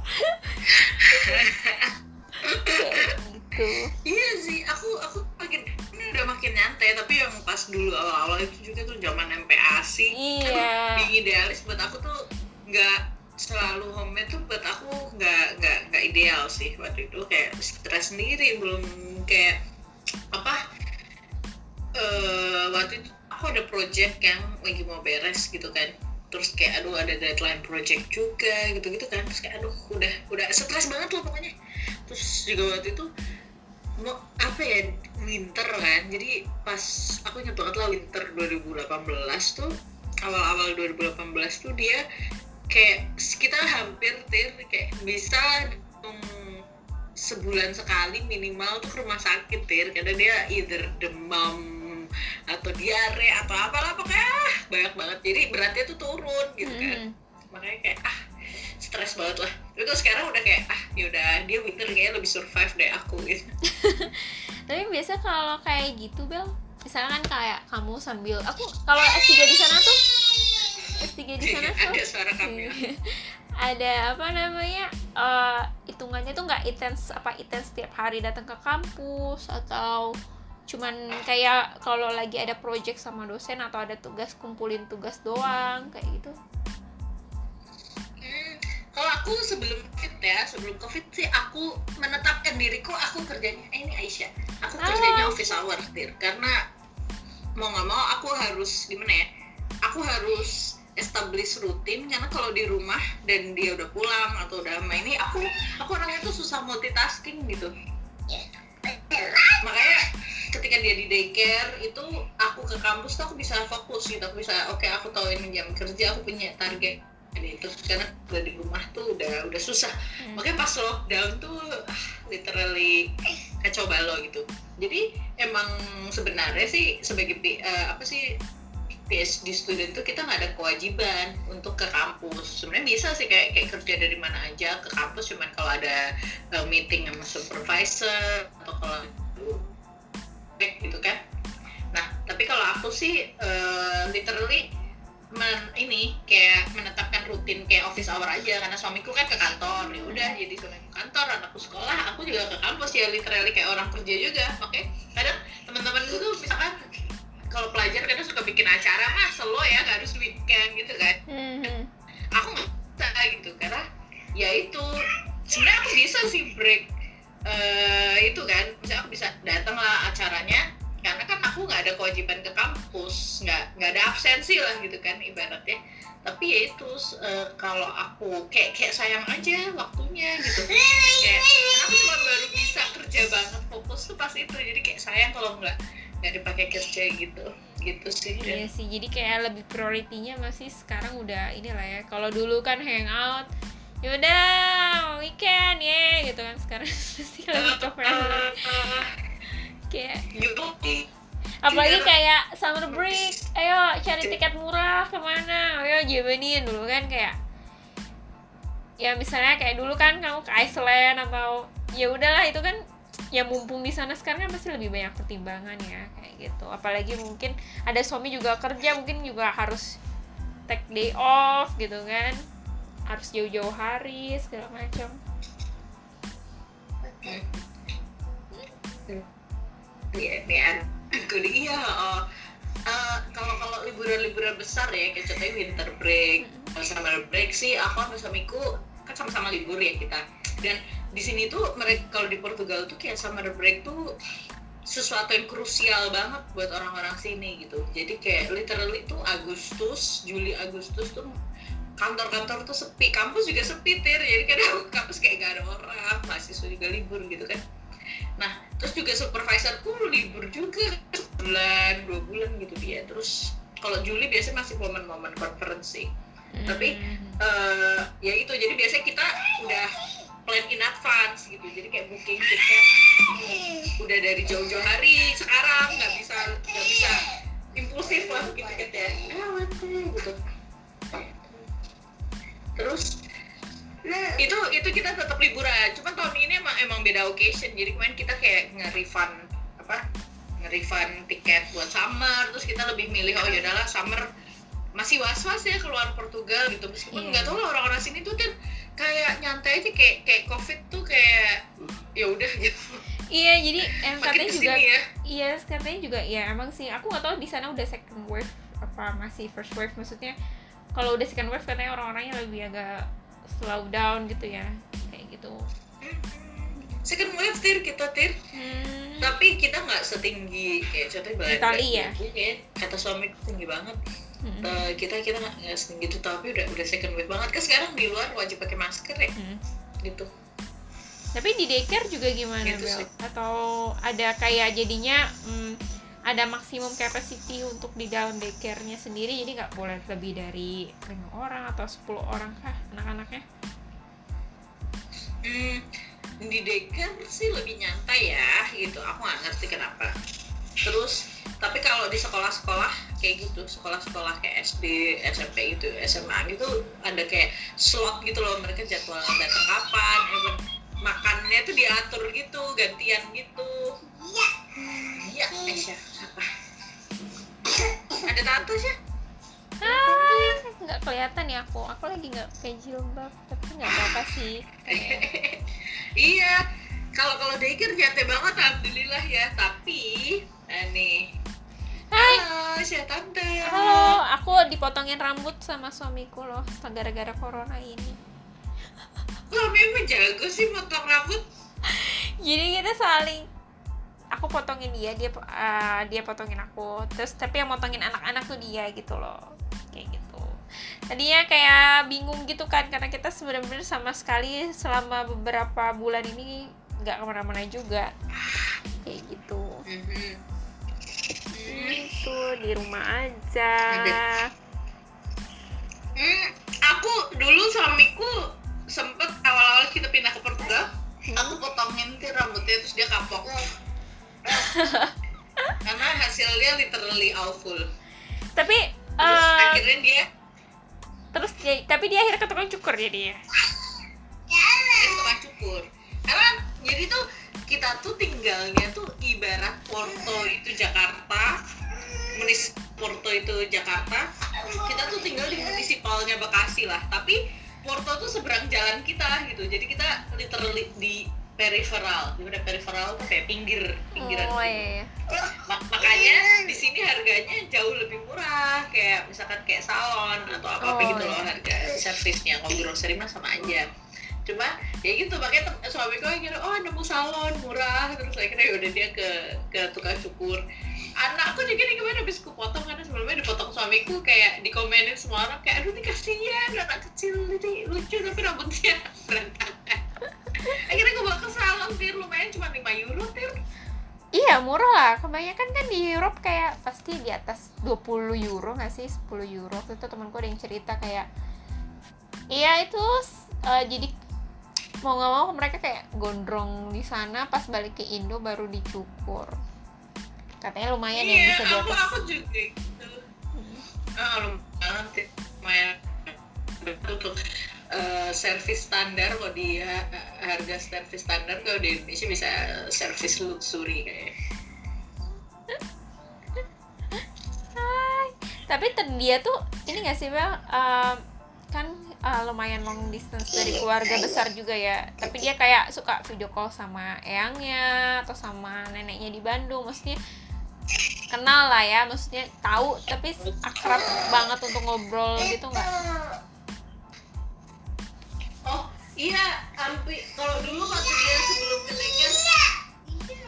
Kayak gitu. Iya sih, aku aku makin ini udah makin nyantai, tapi yang pas dulu awal-awal itu juga tuh zaman M P A S I. Iya. Aduh, being idealis buat aku tuh nggak selalu homemade tuh buat aku nggak nggak nggak ideal sih waktu itu, kayak stres sendiri, belum kayak apa eh waktu itu aku ada project yang lagi mau beres gitu kan, terus kayak aduh ada deadline project juga gitu-gitu kan, terus kayak aduh udah udah stres banget loh pokoknya. Terus juga waktu itu mau apa ya winter kan, jadi pas aku ingat banget lah winter dua ribu delapan belas tuh, awal-awal dua ribu delapan belas tuh dia kayak kita hampir Tir kayak bisa um, sebulan sekali minimal tuh ke rumah sakit Tir, karena dia either demam atau diare atau apalah pokoknya ah, banyak banget, jadi beratnya tuh turun gitu kan. Mm-hmm. Makanya kayak ah stres banget lah. Tapi kalau sekarang udah kayak ah yaudah dia winter kayaknya lebih survive dari aku gitu. Tapi biasa kalau kayak gitu Bel, misalkan kayak kamu sambil aku kalau S tiga di sana tuh S tiga di sana tuh Ada suara kami. ada apa namanya uh, hitungannya tuh nggak intens apa intens setiap hari datang ke kampus, atau cuman kayak kalau lagi ada project sama dosen atau ada tugas kumpulin tugas doang kayak gitu. Hmm, kalau aku sebelum covid ya, sebelum covid sih aku menetapkan diriku aku kerjanya eh, ini Aisyah, aku Ah. kerjanya office hour Tir, karena mau nggak mau aku harus gimana ya, aku harus establish rutin, karena kalau di rumah dan dia udah pulang atau udah main ini aku aku orangnya tuh susah multitasking gitu. Makanya ketika dia di daycare itu aku ke kampus tuh aku bisa fokus gitu, aku bisa oke okay, aku tahu ini jam kerja, aku punya target Ini terus karena udah di rumah tuh udah udah susah. Hmm. Makanya pas lockdown tuh ah, literally kacau balau gitu. Jadi emang sebenarnya sih sebagai uh, apa sih P H D student tuh kita nggak ada kewajiban untuk ke kampus. Sebenarnya bisa sih kayak kayak kerja dari mana aja ke kampus, cuman kalau ada uh, meeting sama supervisor atau kalau gitu kan. Nah tapi kalau aku sih uh, literally men, ini kayak menetapkan rutin kayak office hour aja karena suamiku kan ke kantor. Ya udah jadi suamiku kantor, anakku sekolah, aku juga ke kampus ya literally kayak orang kerja juga. Oke, kadang teman-teman tuh misalkan kalau pelajar kadang suka bikin acara, mah selo ya nggak harus weekend gitu kan. Mm-hmm. Aku nggak bisa gitu karena ya itu sebenarnya aku bisa sih break uh, itu kan, misalnya aku bisa datang lah acaranya karena kan aku nggak ada kewajiban ke kampus, nggak nggak ada absensi lah gitu kan ibaratnya. Tapi ya itu uh, kalau aku kayak kayak sayang aja waktunya gitu, kayak aku cuma baru bisa kerja banget fokus tuh pas itu, jadi kayak sayang kalau nggak nggak dipakai kerja gitu gitu sih. Iya sih, jadi kayak lebih prioritinya masih sekarang udah inilah ya. Kalau dulu kan hangout yaudah weekend ya gitu kan, sekarang pasti lebih ke family kayak apalagi kayak summer break, ayo cari tiket murah kemana, ayo jabanin dulu kan kayak ya misalnya kayak dulu kan kamu ke Iceland atau ya udahlah itu kan ya mumpung di sana sekarang kan pasti lebih banyak pertimbangan ya kayak gitu. Apalagi mungkin ada suami juga kerja, mungkin juga harus take day off gitu kan, harus jauh-jauh hari segala macam. Iya, nih aku iya. Oh, uh, kalau kalau liburan-liburan besar ya, kayak contohnya winter break, mm-hmm. summer break sih, aku sama suamiku kan sama-sama libur ya kita. Dan di sini tuh mereka kalau di Portugal tuh kayak summer break tuh sesuatu yang krusial banget buat orang-orang sini gitu. Jadi kayak literally tuh Agustus, Juli Agustus tuh kantor-kantor tuh sepi, kampus juga sepi tir. Jadi kadang kampus kayak gak ada orang, mahasiswa juga libur gitu kan. Nah, terus juga supervisorku libur juga sebulan, dua bulan gitu dia. Terus kalau Juli biasanya masih momen-momen konferensi. Mm. Tapi uh, ya itu, jadi biasanya kita udah plan in advance gitu. Jadi kayak booking tiket udah dari jauh-jauh hari. Sekarang nggak bisa nggak bisa impulsif lah booking tiketnya. Ah, gitu. Terus Nah, itu itu kita tetap liburan. Cuma tahun ini emang emang beda occasion. Jadi kemarin kita kayak nge-refund apa? Nge-refund tiket buat summer. Terus kita lebih milih oh ya udahlah summer masih was-was ya keluar Portugal gitu. Meskipun nggak yeah. tahu lah orang-orang sini tuh kan kayak nyantai aja kayak kayak Covid tuh kayak ya udah gitu. Iya, jadi em katanya juga ya. Iya, katanya juga ya emang sih. Aku nggak tahu di sana udah second wave apa masih first wave, maksudnya kalau udah second wave katanya orang-orangnya lebih agak slow down gitu ya, kayak gitu. Second wave tir kita tir, hmm. tapi kita nggak setinggi kayak contohnya Belanda. Itali ya. Kayak kata suamiku tinggi banget. Hmm. Uh, kita kita nggak setinggi itu, tapi udah udah second wave banget kan sekarang di luar wajib pakai masker ya, hmm. gitu. Tapi di daycare juga gimana gitu, Bel? Atau ada kayak jadinya hmm, ada maksimum capacity untuk di dalam daycare-nya sendiri, jadi nggak boleh lebih dari lima orang atau sepuluh orang kah anak-anaknya? Hmm, di daycare sih lebih nyantai ya gitu, aku nggak ngerti kenapa. Terus tapi kalau di sekolah-sekolah kayak gitu, sekolah-sekolah kayak S D, S M P gitu, S M A gitu ada kayak slot gitu loh, mereka jadwal datang kapan, even makannya tuh diatur gitu, gantian gitu. Iya. Iya, Aisyah. Apa? Ada tato sih? Ah, nggak kelihatan ya aku. Aku lagi nggak pakai jilbab, tapi nggak apa-apa sih. Iya. Kalau kalau daycare jatuh banget, alhamdulillah ya. Tapi, nah nih. Hai. Halo, Aisyah tante. Halo, aku dipotongin rambut sama suamiku loh, gara-gara corona ini. Suamimu jago sih potong rambut. Jadi kita saling, aku potongin dia, dia uh, dia potongin aku. Terus tapi yang potongin anak-anak tuh dia gitu loh, kayak gitu. Tadinya kayak bingung gitu kan, karena kita sebenarnya sama sekali selama beberapa bulan ini nggak kemana-mana juga, kayak gitu. Mm-hmm. Itu di rumah aja. Hmm, aku akhirnya dia terus dia, tapi dia akhirnya ke tukang cukur jadi ya dia tukang cukur karena jadi tuh kita tuh tinggalnya tuh ibarat Porto itu Jakarta, Munis Porto itu Jakarta, kita tuh tinggal di munisipalnya Bekasi lah, tapi Porto tuh seberang jalan kita gitu, jadi kita literally di peripheral, gimana peripheral tuh kayak pinggir pinggiran. Oh iya. Ma- makanya di sini harganya jauh lebih murah, kayak misalkan kayak salon atau apa apa Oh, gitu loh iya. harga servisnya. Kalau grocery mah sama aja. Cuma ya gitu, makanya tem- suamiku akhirnya oh nemu salon murah, terus akhirnya yaudah dia ke ke tukang cukur. Anakku juga nih kemarin habis kupotong karena sebelumnya dipotong suamiku, kayak dikomenin semua orang kayak aduh ini kasihan anak kecil ini lucu tapi rambutnya berantakan. Akhirnya gue bawa ke salon, Tir, lumayan cuma lima euro, Tir. Iya murah lah, kebanyakan kan di Europe kayak pasti di atas dua puluh euro nggak sih, sepuluh euro. Waktu itu temanku ada yang cerita kayak iya itu uh, jadi mau nggak mau mereka kayak gondrong di sana, pas balik ke Indo baru dicukur. Katanya lumayan yang Iya, bisa di aku atas. aku juga gitu. Ah, lumayan, Tir. Lumayan untuk uh, servis standar. Kok di ha- harga servis standar, kalau di Indonesia bisa servis luxury kayak. Hai. Tapi ter- dia tuh ini nggak sih Bel, Um, kan uh, lumayan long distance dari keluarga besar juga ya. Tapi dia kayak suka video call sama eyangnya atau sama neneknya di Bandung. Maksudnya kenal lah ya, maksudnya tahu tapi akrab banget untuk ngobrol gitu nggak? Oh iya, Ampi, kalau dulu waktu dia sebelum kenaikan, iya.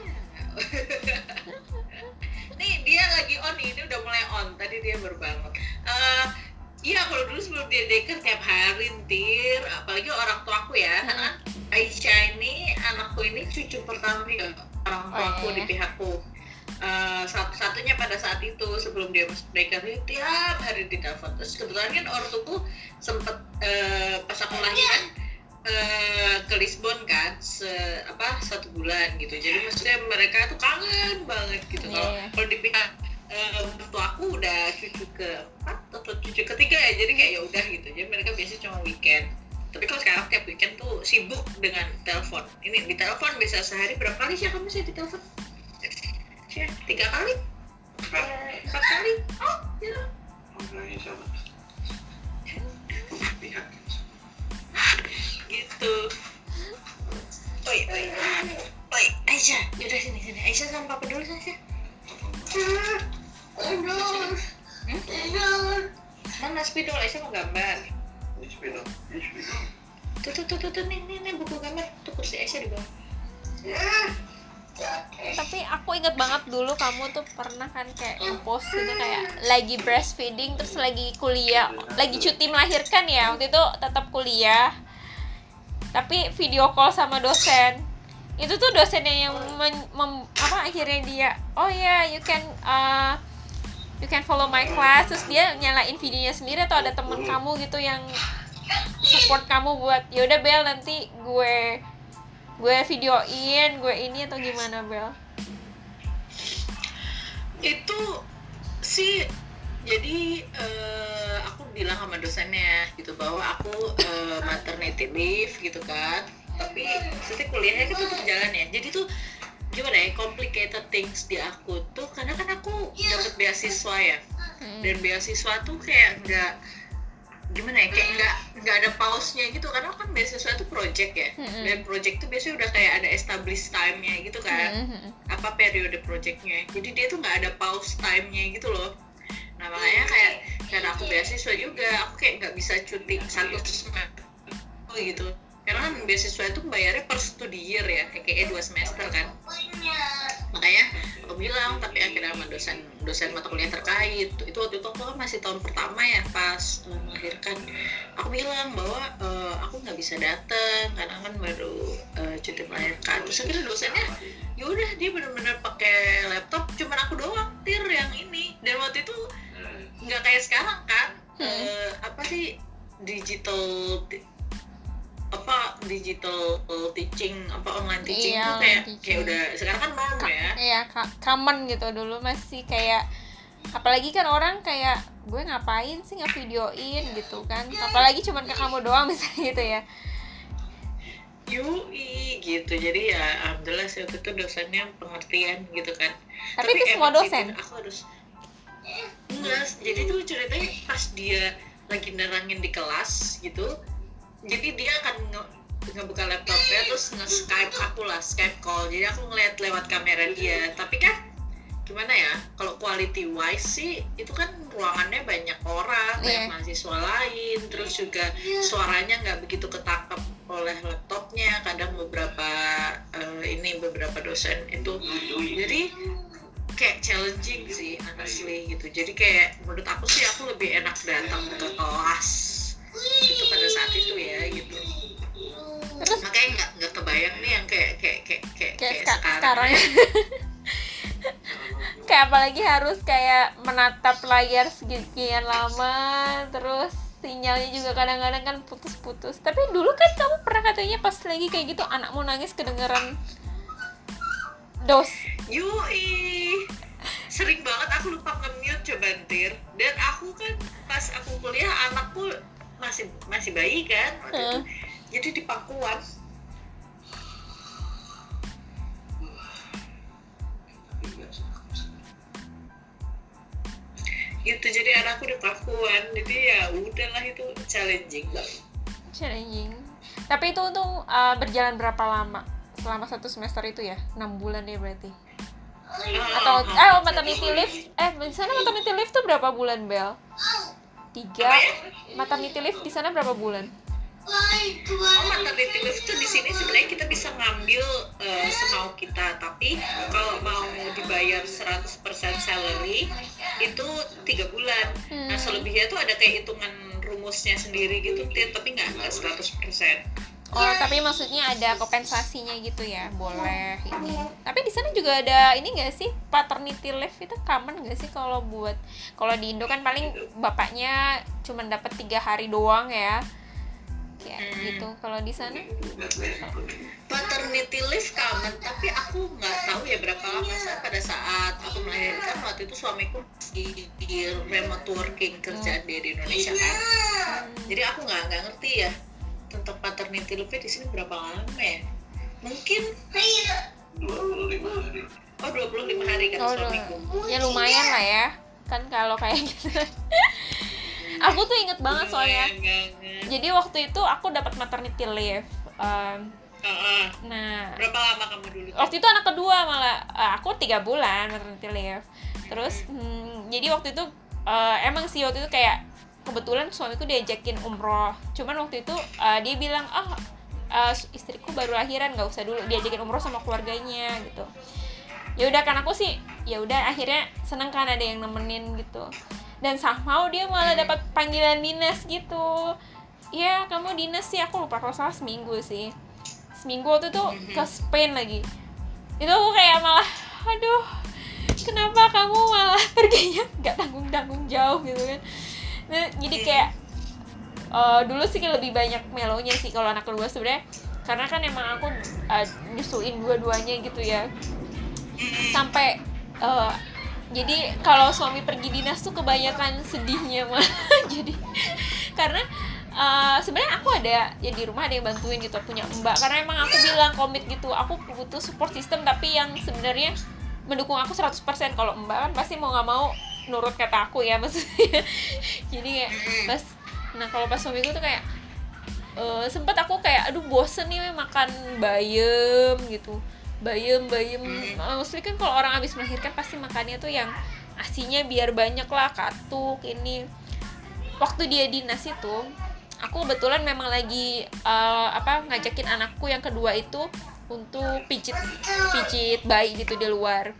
Nih dia lagi on nih, ini udah mulai on. Tadi dia baru bangun. Eh, iya, kalau dulu sebelum dia deker tiap hari, Tir, apalagi orang tuaku ya, karena Aisyah ini anakku ini cucu pertama ya orang tuaku Oh, iya. di pihakku. Uh, satu-satunya pada saat itu sebelum dia masuk deker, dia tiap hari ditelepon. Terus kebetulan kan ortuku sempet uh, pas aku lahiran uh, ke Lisbon kan, se, apa satu bulan gitu. Jadi maksudnya mereka tuh kangen banget gitu. Kalau Yeah. kalau di pihak uh, mertua aku udah cucu keempat atau cucu ketiga ya, jadi kayak ya udah gitu. Jadi mereka biasanya cuma weekend. Tapi kalau sekarang tiap weekend tuh sibuk dengan telepon. Ini di telepon bisa sehari berapa kali sih kamu sih di telepon? Ya, tiga kali, Eh, empat kali. Oh, ya. Gitu. Oi, oi, oi, Aisyah, yaudah sini sini. Aisyah sama papa dulu saja. Aduh, hmm? Mana spidol? Aisyah mau gambar. Tuh tuh tuh tuh, tuh nih nih nih buku gambar. Tuh kursi Aisyah di bawah. Tapi aku ingat banget dulu kamu tuh pernah kan kayak nge-post gitu kayak lagi breastfeeding terus lagi kuliah, lagi cuti melahirkan ya, waktu itu tetap kuliah tapi video call sama dosen. Itu tuh dosennya yang men- mem- apa akhirnya dia oh ya yeah, you can uh, you can follow my class, terus dia nyalain videonya sendiri atau ada temen kamu gitu yang support kamu buat ya udah Bel nanti gue gue videoin gue ini atau gimana Bel? Itu sih jadi uh, aku bilang sama dosennya gitu bahwa aku uh, maternity leave gitu kan, tapi setiap kuliahnya kan tetap jalan ya. Jadi tuh gimana ya, complicated things di aku tuh karena kan aku dapat beasiswa ya, dan beasiswa tuh kayak nggak gimana ya, kayak nggak nggak ada pause-nya gitu, karena kan beasiswa itu project ya, Mm-hmm. dan project tuh biasanya udah kayak ada established time-nya gitu kan, Mm-hmm. apa periode projectnya, jadi dia tuh nggak ada pause time-nya gitu loh. Nah makanya kayak karena aku beasiswa juga, aku kayak nggak bisa cuti satu semester gitu, karena kan beasiswa itu bayarnya per studi year ya, kayak dua semester kan. Makanya aku bilang, tapi akhirnya sama dosen dosen mata kuliah terkait itu waktu itu aku kan masih tahun pertama ya pas uh, melahirkan, aku bilang bahwa uh, aku nggak bisa datang karena kan baru uh, cuti melahirkan. Terus akhirnya dosennya ya udah dia benar-benar pakai laptop, cuman aku doang Tir yang ini, dan waktu itu nggak kayak sekarang kan, Hmm. uh, apa sih digital apa digital teaching apa online teaching Iya, tuh kayak online teaching. kayak udah sekarang kan norm Ka- ya. Iya, ka- common gitu. Dulu masih kayak apalagi kan orang kayak gue ngapain sih ngevideoin gitu kan, apalagi cuman ke kamu doang misalnya gitu ya. Yui gitu, jadi ya alhamdulillah sih waktu itu dosennya pengertian gitu kan. Tapi, tapi itu semua dosen? Sih, aku harus enggak, jadi tuh ceritanya pas dia lagi nerangin di kelas gitu, jadi dia akan nge- ngebuka laptopnya terus nge-skype aku lah, Skype call, jadi aku ngeliat lewat kamera dia. Tapi kan gimana ya, kalau quality wise sih itu kan ruangannya banyak orang, yeah. banyak mahasiswa lain, terus juga suaranya nggak begitu ketangkep oleh laptopnya, kadang beberapa uh, ini beberapa dosen itu, jadi kayak challenging sih honestly gitu. Jadi kayak menurut aku sih aku lebih enak datang ke kelas itu pada saat itu ya gitu. Terus makanya nggak nggak kebayang nih yang kayak kayak kayak kayak, kayak ska- sekarang, sekarang. Kayak apalagi harus kayak menatap layar sekian lama, terus sinyalnya juga kadang-kadang kan putus-putus. Tapi dulu kan kamu pernah katanya pas lagi kayak gitu anakmu nangis kedengeran dos. Yui, sering banget aku lupa nge-mute coba ntir. Dan aku kan pas aku kuliah anakku masih masih bayi kan waktu hmm. itu, jadi di pangkuan. Gitu, jadi anakku di pangkuan, jadi ya udahlah itu challenging lah. Challenging. Tapi itu tuh uh, berjalan berapa lama? Selama satu semester itu ya? enam bulan ya berarti? Atau eh oh, maternity leave? Eh di sana maternity leave tuh berapa bulan, Bel? Tiga. Maternity leave di sana berapa bulan? Oh, maternity leave tuh di sini sebenarnya kita bisa ngambil uh, semau kita, tapi kalau mau dibayar seratus persen salary itu tiga bulan. Hmm. Nah selebihnya tuh ada kayak hitungan rumusnya sendiri gitu, tapi nggak nggak seratus persen. Oh, tapi maksudnya ada kompensasinya gitu ya, boleh ini. Tapi di sana juga ada ini nggak sih, paternity leave itu common nggak sih kalau buat, kalau di Indo kan paling bapaknya cuma dapat tiga hari doang ya, kayak hmm. gitu. Kalau di sana? Paternity leave common, tapi aku nggak tahu ya berapa lama. Saat pada saat aku melahirkan waktu itu suamiku di, di remote working kerjaan hmm. dia di Indonesia kan, hmm. jadi aku nggak nggak ngerti ya tentang paternity leave di sini berapa lama ya? Mungkin dua puluh lima hari. Oh, dua puluh lima hari kan oh, suamiku. Ya lumayan lah ya. Kan kalau kayak gitu. Aku tuh inget banget soalnya. Jadi waktu itu aku dapat maternity leave. Um, uh-uh. Nah, berapa lama kamu dulu? Waktu itu anak kedua malah. Uh, aku tiga bulan maternity leave. Terus hmm, jadi waktu itu uh, emang sih waktu itu kayak kebetulan suamiku diajakin umroh, cuman waktu itu uh, dia bilang ah oh, uh, istriku baru lahiran, nggak usah dulu, diajakin umroh sama keluarganya gitu. Ya udah kan aku sih ya udah akhirnya seneng kan ada yang nemenin gitu. Dan somehow dia malah dapat panggilan dinas gitu. Ya kamu dinas sih, aku lupa kalau salah seminggu sih. Seminggu waktu itu ke Spain lagi. Itu aku kayak malah aduh kenapa kamu malah perginya nggak tanggung-tanggung jauh gitu kan. Nah, jadi kayak uh, dulu sih lebih banyak melonya sih kalau anak kedua sebenarnya, karena kan emang aku uh, nyusuin dua-duanya gitu ya, sampai uh, jadi kalau suami pergi dinas tuh kebanyakan sedihnya malah. Jadi karena uh, sebenarnya aku ada ya di rumah ada yang bantuin gitu, punya mbak, karena emang aku bilang komit gitu, aku butuh support system tapi yang sebenarnya mendukung aku seratus persen. Kalau mbak kan pasti mau nggak mau nurut kata aku ya maksudnya. Jadi kayak pas, nah kalau pas suamiku tuh kayak uh, sempet aku kayak aduh bosen nih makan bayam gitu, bayam bayam. Uh, maksudnya kan kalau orang habis melahirkan pasti makannya tuh yang asinya biar banyak lah, katuk ini. Waktu dia dinas itu aku kebetulan memang lagi uh, apa ngajakin anakku yang kedua itu untuk pijit pijit bayi gitu di luar.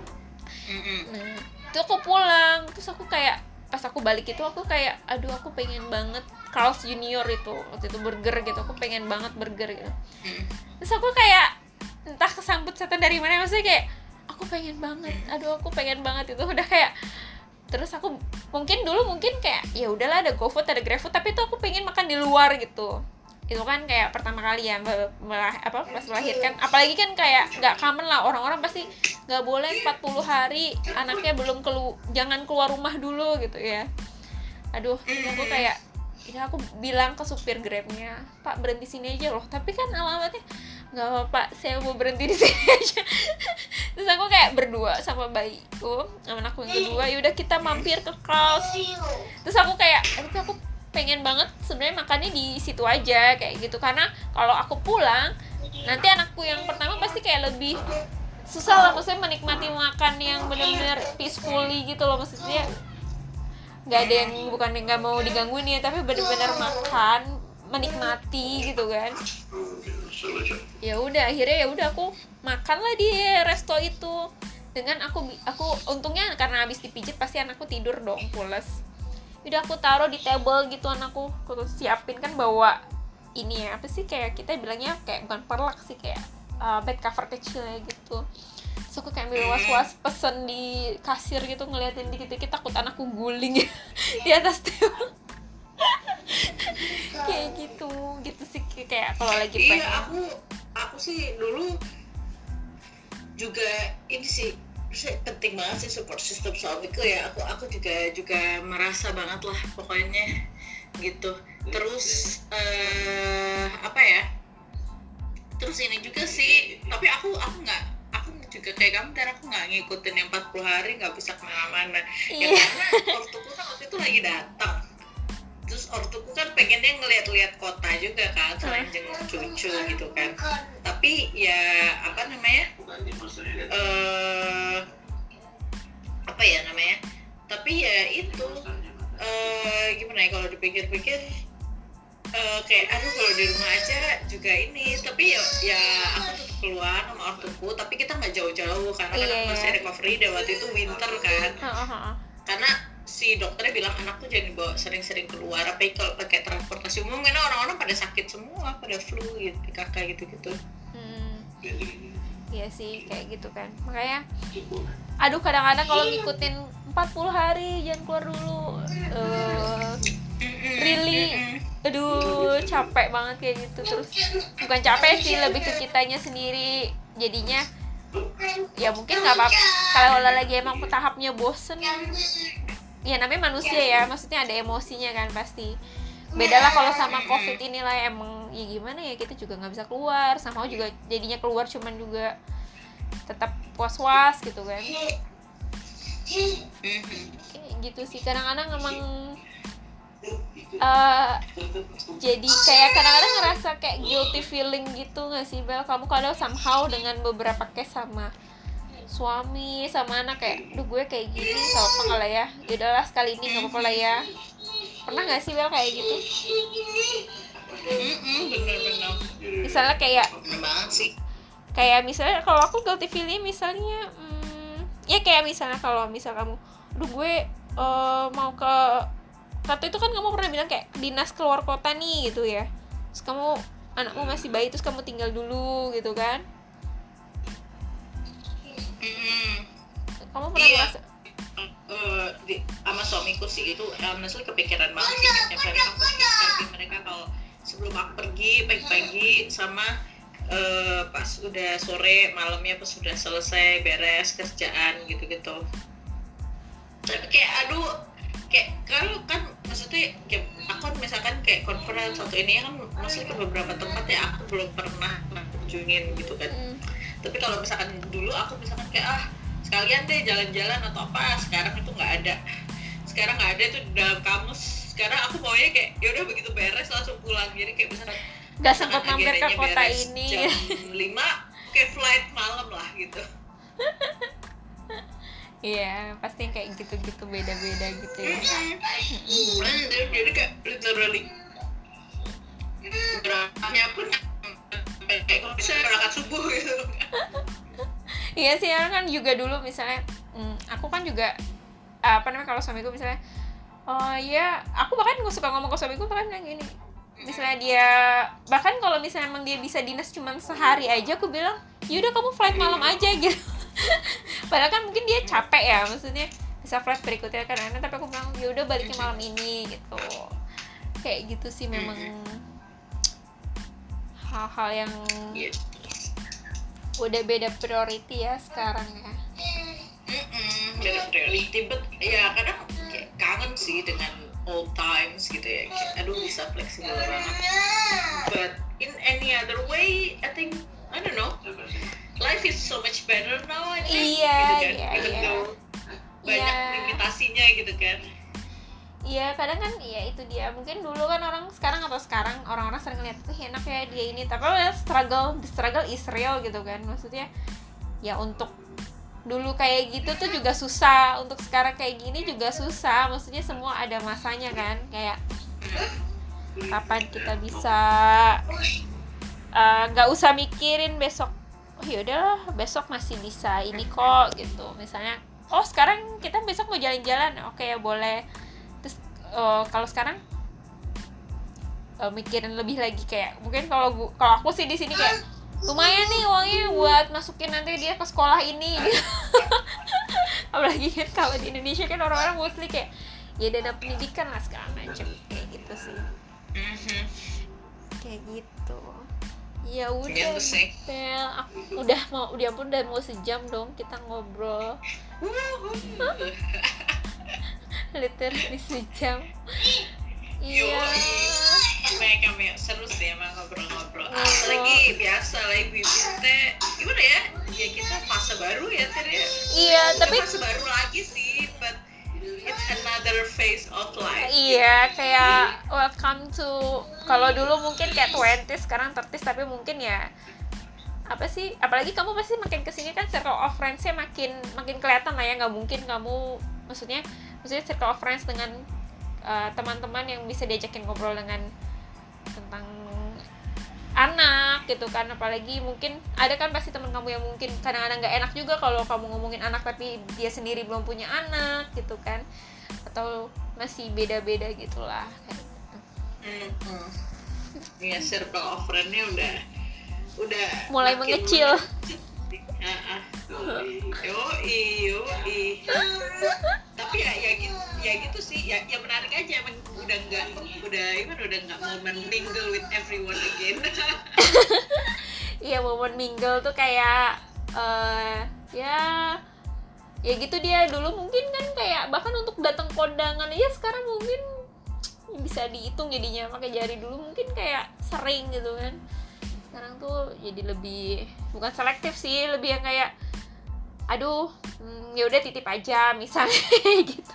Nah itu aku pulang, terus aku kayak pas aku balik itu aku kayak aduh aku pengen banget Carl's Junior itu waktu itu burger gitu, aku pengen banget burger gitu. Terus aku kayak entah kesambut setan dari mana, maksudnya kayak aku pengen banget, aduh aku pengen banget itu udah kayak. Terus aku mungkin dulu mungkin kayak ya udahlah ada GoFood ada GrabFood, tapi itu aku pengen makan di luar gitu. Itu kan kayak pertama kali ya melah, apa pas melahirkan, apalagi kan kayak nggak common lah, orang-orang pasti nggak boleh empat puluh hari anaknya belum kelu jangan keluar rumah dulu gitu ya. aduh terus aku kayak ya aku bilang ke supir Grabnya, Pak berhenti sini aja loh, tapi kan alamatnya nggak apa-apa, saya mau berhenti di sini aja. Terus aku kayak berdua sama bayiku, sama anakku yang kedua, yaudah kita mampir ke Kraus. Terus aku kayak, tapi aku pengen banget sebenarnya makannya di situ aja kayak gitu, karena kalau aku pulang nanti anakku yang pertama pasti kayak lebih susah lah, maksudnya menikmati makan yang benar-benar peacefully gitu loh, maksudnya nggak ada yang, bukan yang nggak mau digangguin ya, tapi benar-benar makan menikmati gitu kan. Ya udah akhirnya ya udah aku makan lah di resto itu, dengan aku aku untungnya karena habis dipijit pasti anakku tidur dong pules. Udah aku taruh di table gitu, anakku aku siapin kan bawa ini ya, apa sih kayak kita bilangnya kayak bukan perlak sih, kayak uh, bed cover kecilnya gitu. So aku kayak ambil was-was pesen di kasir gitu, ngeliatin dikit-dikit takut anakku guling di atas table. Kayak gitu gitu sih, kayak kalau lagi pengen. Iya, aku aku sih dulu juga ini sih, penting banget sih support system suamiku ya. Aku aku juga juga merasa banget lah pokoknya gitu. Terus uh, apa ya? Terus ini juga sih, tapi aku aku nggak aku juga kayak kamu, dan aku nggak ngikutin yang empat puluh hari nggak bisa kemana-mana. Iya. Ya karena ortuku kan waktu itu lagi datang. Terus ortuku kan pengennya ngeliat-liat kota juga kan, selain jenguk cucu gitu kan. Tapi ya apa namanya, uh, apa ya namanya, tapi ya itu uh, gimana ya kalau dipikir-pikir, uh, kayak aduh kalau di rumah aja juga ini. Tapi ya, ya aku tetap keluar sama ortuku, tapi kita nggak jauh-jauh karena kan Iya, masih iya. recovery, dan waktu itu winter kan. Heeh. Karena si dokternya bilang anakku jangan dibawa sering-sering keluar, apa kalau pakai transportasi umum, karena orang-orang pada sakit semua, pada flu gitu, kakak gitu-gitu. Hmm. Iya sih kayak gitu kan, makanya aduh kadang-kadang kalau ngikutin empat puluh hari jangan keluar dulu, uh, really aduh capek banget kayak gitu. Terus bukan capek sih, lebih ke kitanya sendiri jadinya ya mungkin nggak apa-apa kalau lagi emang tahapnya bosen ya, namanya manusia ya, maksudnya ada emosinya kan pasti. Beda lah kalau sama covid inilah, emang ya gimana ya, kita juga nggak bisa keluar, sama juga jadinya keluar cuman juga tetap was-was gitu kan. Kayak gitu sih kadang-kadang emang uh, jadi kayak kadang-kadang ngerasa kayak guilty feeling gitu nggak sih Bel? Kamu kadang somehow dengan beberapa case sama suami sama anak kayak, duh gue kayak gini gak apa-apa nggak lah ya, yaudahlah sekali ini nggak apa-apa lah ya. Pernah nggak sih Bel kayak gitu? Bener-bener. Misalnya kayak Bener banget sih. kayak misalnya kalau aku guilty feeling misalnya hmm, ya kayak misalnya kalau misal kamu, duh gue uh, mau ke, waktu itu kan kamu pernah bilang kayak dinas keluar kota nih gitu ya, terus kamu anakmu masih bayi terus kamu tinggal dulu gitu kan. Mm-hmm. Kamu pernah Iya. merasa Uh, di, sama suamiku sih itu honestly kepikiran banget sih, tiap hari aku pergi mereka kalau sebelum aku pergi pagi-pagi sama uh, pas udah sore malamnya pas sudah selesai beres kerjaan gitu-gitu. Tapi kayak aduh kayak kalau kan maksudnya kayak aku misalkan kayak conference atau ini kan maksudnya ke beberapa tempat ya aku belum pernah kunjungin gitu kan. mm, Tapi kalau misalkan dulu aku misalkan kayak ah sekalian deh jalan-jalan atau apa, sekarang itu nggak ada, sekarang nggak ada itu dalam kamus. Sekarang aku maunya kayak ya udah begitu beres langsung pulang, jadi kayak misalkan nggak sempat mampir ke agendanya kota beres ini. jam lima kayak flight malam lah gitu. Iya pasti kayak gitu-gitu, beda-beda gitu ya. Mm-hmm. jadi, jadi kayak literally berangkatnya pun kayak kalau bisa berangkat subuh gitu. Iya sih, kan juga dulu misalnya hmm, aku kan juga apa namanya kalau suamiku misalnya, oh ya aku bahkan nggak suka ngomong ke suamiku bahkan bilang gini, misalnya dia bahkan kalau misalnya emang dia bisa dinas cuma sehari aja, aku bilang yaudah kamu flight malam aja gitu. Padahal kan mungkin dia capek ya, maksudnya bisa flight berikutnya kan enak, tapi aku bilang yaudah baliknya malam ini gitu. Kayak gitu sih memang hal-hal yang udah beda priority ya sekarang ya. Mm-mm, beda priority, but ya kadang kayak kangen sih dengan all times gitu ya, kayak aduh bisa fleksibel banget. But in any other way, I think I don't know, life is so much better now, I think. Iya, gitu kan? iya, Even iya. though banyak Iya. limitasinya gitu kan. Iya, kadang kan ya itu dia, mungkin dulu kan orang sekarang atau sekarang orang-orang sering lihat tuh enak ya dia ini, tapi ya struggle, the struggle is real gitu kan. Maksudnya ya untuk dulu kayak gitu tuh juga susah, untuk sekarang kayak gini juga susah. Maksudnya semua ada masanya kan, kayak kapan kita bisa nggak uh, usah mikirin besok, oh yaudahlah besok masih bisa ini kok gitu. Misalnya oh sekarang kita besok mau jalan-jalan, oke ya boleh. Terus uh, kalau sekarang uh, mikirin lebih lagi, kayak mungkin kalau gua, kalau aku sih di sini kayak lumayan nih uangnya buat masukin nanti dia ke sekolah ini gitu. Apalagi kan kalau di Indonesia kan orang-orang mostly kayak ya dana pendidikan lah segala macam kayak gitu sih. Mm-hmm. Kayak gitu. Ya udah, Gitu sih. Bel, aku udah mau, udah pun udah mau sejam dong kita ngobrol. Literally sejam. Iya. Mereka mereka seru sih emang ngobrol-ngobrol. Apalagi biasa lah ibu-ibu teh gimana ya? Ya kita fase baru ya Tir ya. Iya, tapi fase baru lagi sih, but it's another phase of life. iya, kayak welcome to, kalau dulu mungkin kayak twenties, sekarang thirties, tapi mungkin ya apa sih, apalagi kamu pasti makin kesini kan circle of friends-nya makin makin kelihatan lah ya. Nggak mungkin kamu, maksudnya maksudnya circle of friends dengan uh, teman-teman yang bisa diajakin ngobrol dengan tentang anak gitu kan. Apalagi mungkin ada kan pasti teman kamu yang mungkin kadang-kadang nggak enak juga kalau kamu ngomongin anak tapi dia sendiri belum punya anak gitu kan, atau masih beda-beda gitulah kayak gitu. Mm-hmm. Ya circle of friend-nya udah udah mulai mengecil. Heeh. Yoi, yoi. Tapi ya ya gitu, ya gitu sih. Ya ya menarik aja, emang udah enggak udah gimana udah enggak mau mingle with everyone again. Iya, momen mingle tuh kayak uh, ya ya gitu dia. Dulu mungkin kan kayak bahkan untuk datang kondangan aja sekarang mungkin bisa dihitung jadinya pakai jari. Dulu mungkin kayak sering gitu kan. Sekarang tuh jadi lebih, bukan selektif sih, lebih yang kayak aduh hmm, ya udah titip aja misalnya gitu.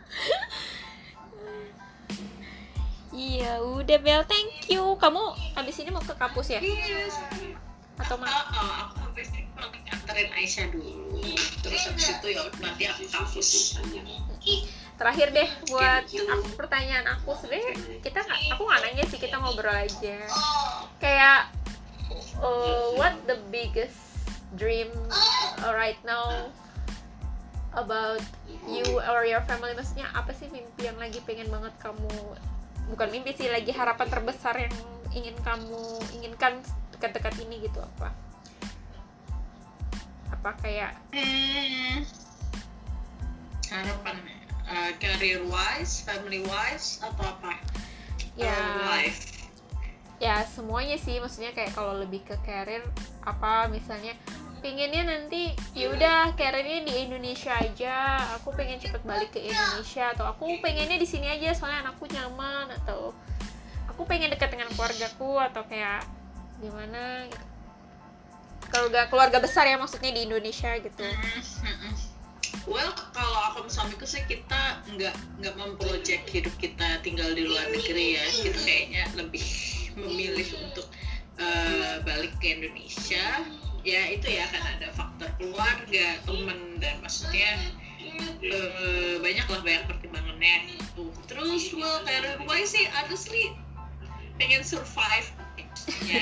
Iya udah Bel, thank you. Kamu abis ini mau ke kampus ya? Yes. Atau mau? Oh, oh, aku habis ini mau nganterin Aisyah dulu. Terus habis itu ya nanti aku ke kampus. Terakhir deh buat aku, pertanyaan aku sebenarnya kita nggak, aku nggak nanya sih, kita ngobrol aja. Kayak uh, what the biggest dream uh, right now about you or your family? Maksudnya apa sih mimpi yang lagi pengen banget kamu, bukan mimpi sih, lagi harapan terbesar yang ingin kamu inginkan dekat-dekat ini gitu? Apa apa kayak hmm, harapan uh, career wise, family wise, atau apa? ya Uh, life. ya semuanya sih, maksudnya kayak kalau lebih ke karir apa, misalnya pengennya nanti ya udah karirnya di Indonesia aja, aku pengen cepet balik ke Indonesia, atau aku pengennya di sini aja soalnya anakku nyaman, atau aku pengen dekat dengan keluargaku, atau kayak gimana gitu. Keluarga keluarga besar ya maksudnya di Indonesia gitu. Well, kalau aku sama suamiku sih kita nggak nggak memproject hidup kita tinggal di luar negeri ya. Kita kayaknya lebih memilih untuk uh, balik ke Indonesia. Ya itu ya, karena ada faktor keluarga, temen, dan maksudnya uh, banyak lah banyak pertimbangannya gitu. Terus well, career wise sih honestly pengen survive ya.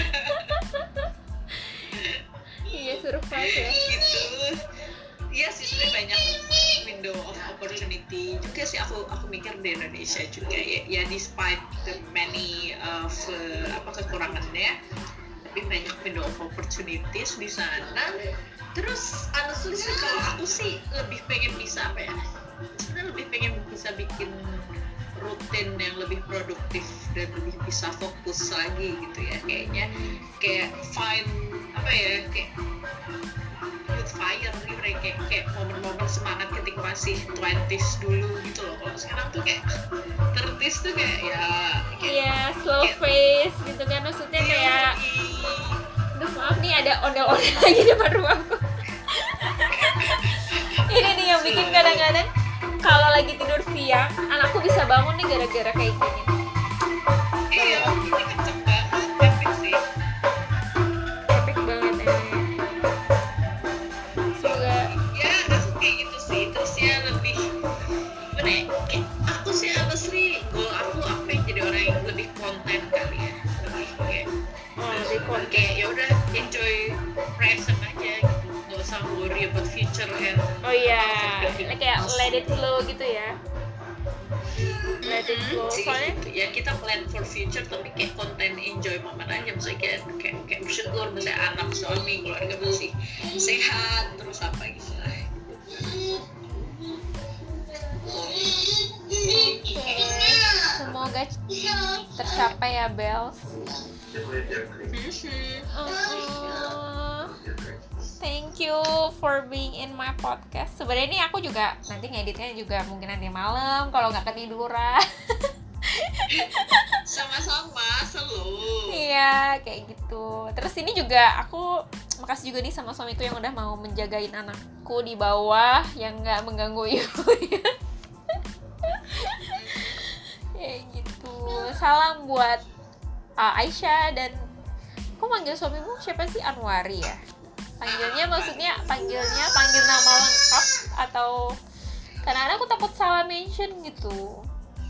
Iya, survive ya. Gitu. Iya sih, sebenarnya banyak window of opportunity juga sih, aku aku mikir di Indonesia juga ya, ya despite the many of uh, apa kekurangannya, tapi banyak window of opportunities di sana. Terus honestly sih kalau aku sih lebih pengen bisa apa ya, sebenarnya lebih pengen bisa bikin rutin yang lebih produktif dan lebih bisa fokus lagi gitu ya, kayaknya kayak find apa ya, kayak fire gitu kayak kayak momen-momen semangat ketika masih twenties dulu gitu loh. Kalau sekarang tuh kayak thirties tuh kayak ya kayak, Iya, slow kayak, face gitu kan, maksudnya iya, kayak iya. aduh maaf nih ada ondel-ondel lagi depan rumahku. Ini nih yang bikin kadang-kadang kalau lagi tidur siang anakku bisa bangun nih gara-gara kayak gini. Iya, ini kenceng banget, epic sih. Epic banget emang. Semoga Ya, aku kayak gitu sih. Terus ya lebih gimana ya? Kayak aku sih honestly goal aku apa yang jadi orang yang lebih konten kali ya. Lebih kayak oh, lebih konten. kayak ya udah enjoy present aja gitu. Gak usah worry about future and Oh iya, kayak let it flow gitu ya. Let it flow. sih, Soalnya gitu. Ya kita plan for future tapi kayak konten enjoy momen aja, misalnya kayak kayak, kayak bersyukur misalnya anak suami keluarga masih sehat terus apa gitu lah. oke, semoga tercapai ya Bel. Uh, thank you for being in my podcast. Sebenarnya ini aku juga nanti ngeditnya juga mungkin nanti malam kalau nggak ketiduran. Sama-sama selalu. Iya kayak gitu. Terus ini juga aku makasih juga nih sama suamiku yang udah mau menjagain anakku di bawah yang nggak mengganggu ibunya. Kayak gitu. Salam buat uh, Aisyah dan kok manggil suamimu siapa sih? Anwari ya? Panggilnya maksudnya panggilnya panggil nama lengkap atau karena aku takut salah mention gitu.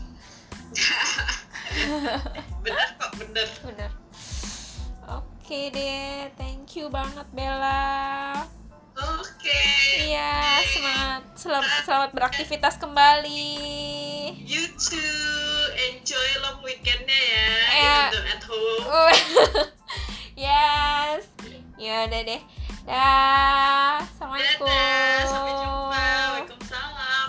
Bener kok, bener. Bener. Oke deh, thank you banget Bella. Oke. Iya, semangat, selamat, selamat beraktivitas kembali. You too, enjoy long weekendnya ya, Ya. even though at home. Uh, yes, ya udah deh. Dah, assalamualaikum. Dadah, sampai jumpa. Waalaikumsalam.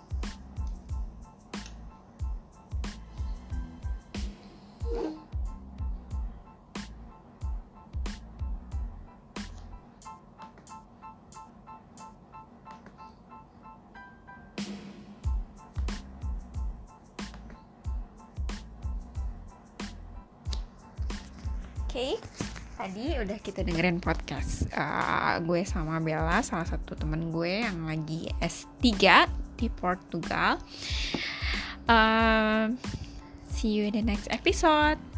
Oke, tadi udah kita dengerin podcast uh, gue sama Bella, salah satu temen gue yang lagi S tiga di Portugal. Uh, see you in the next episode.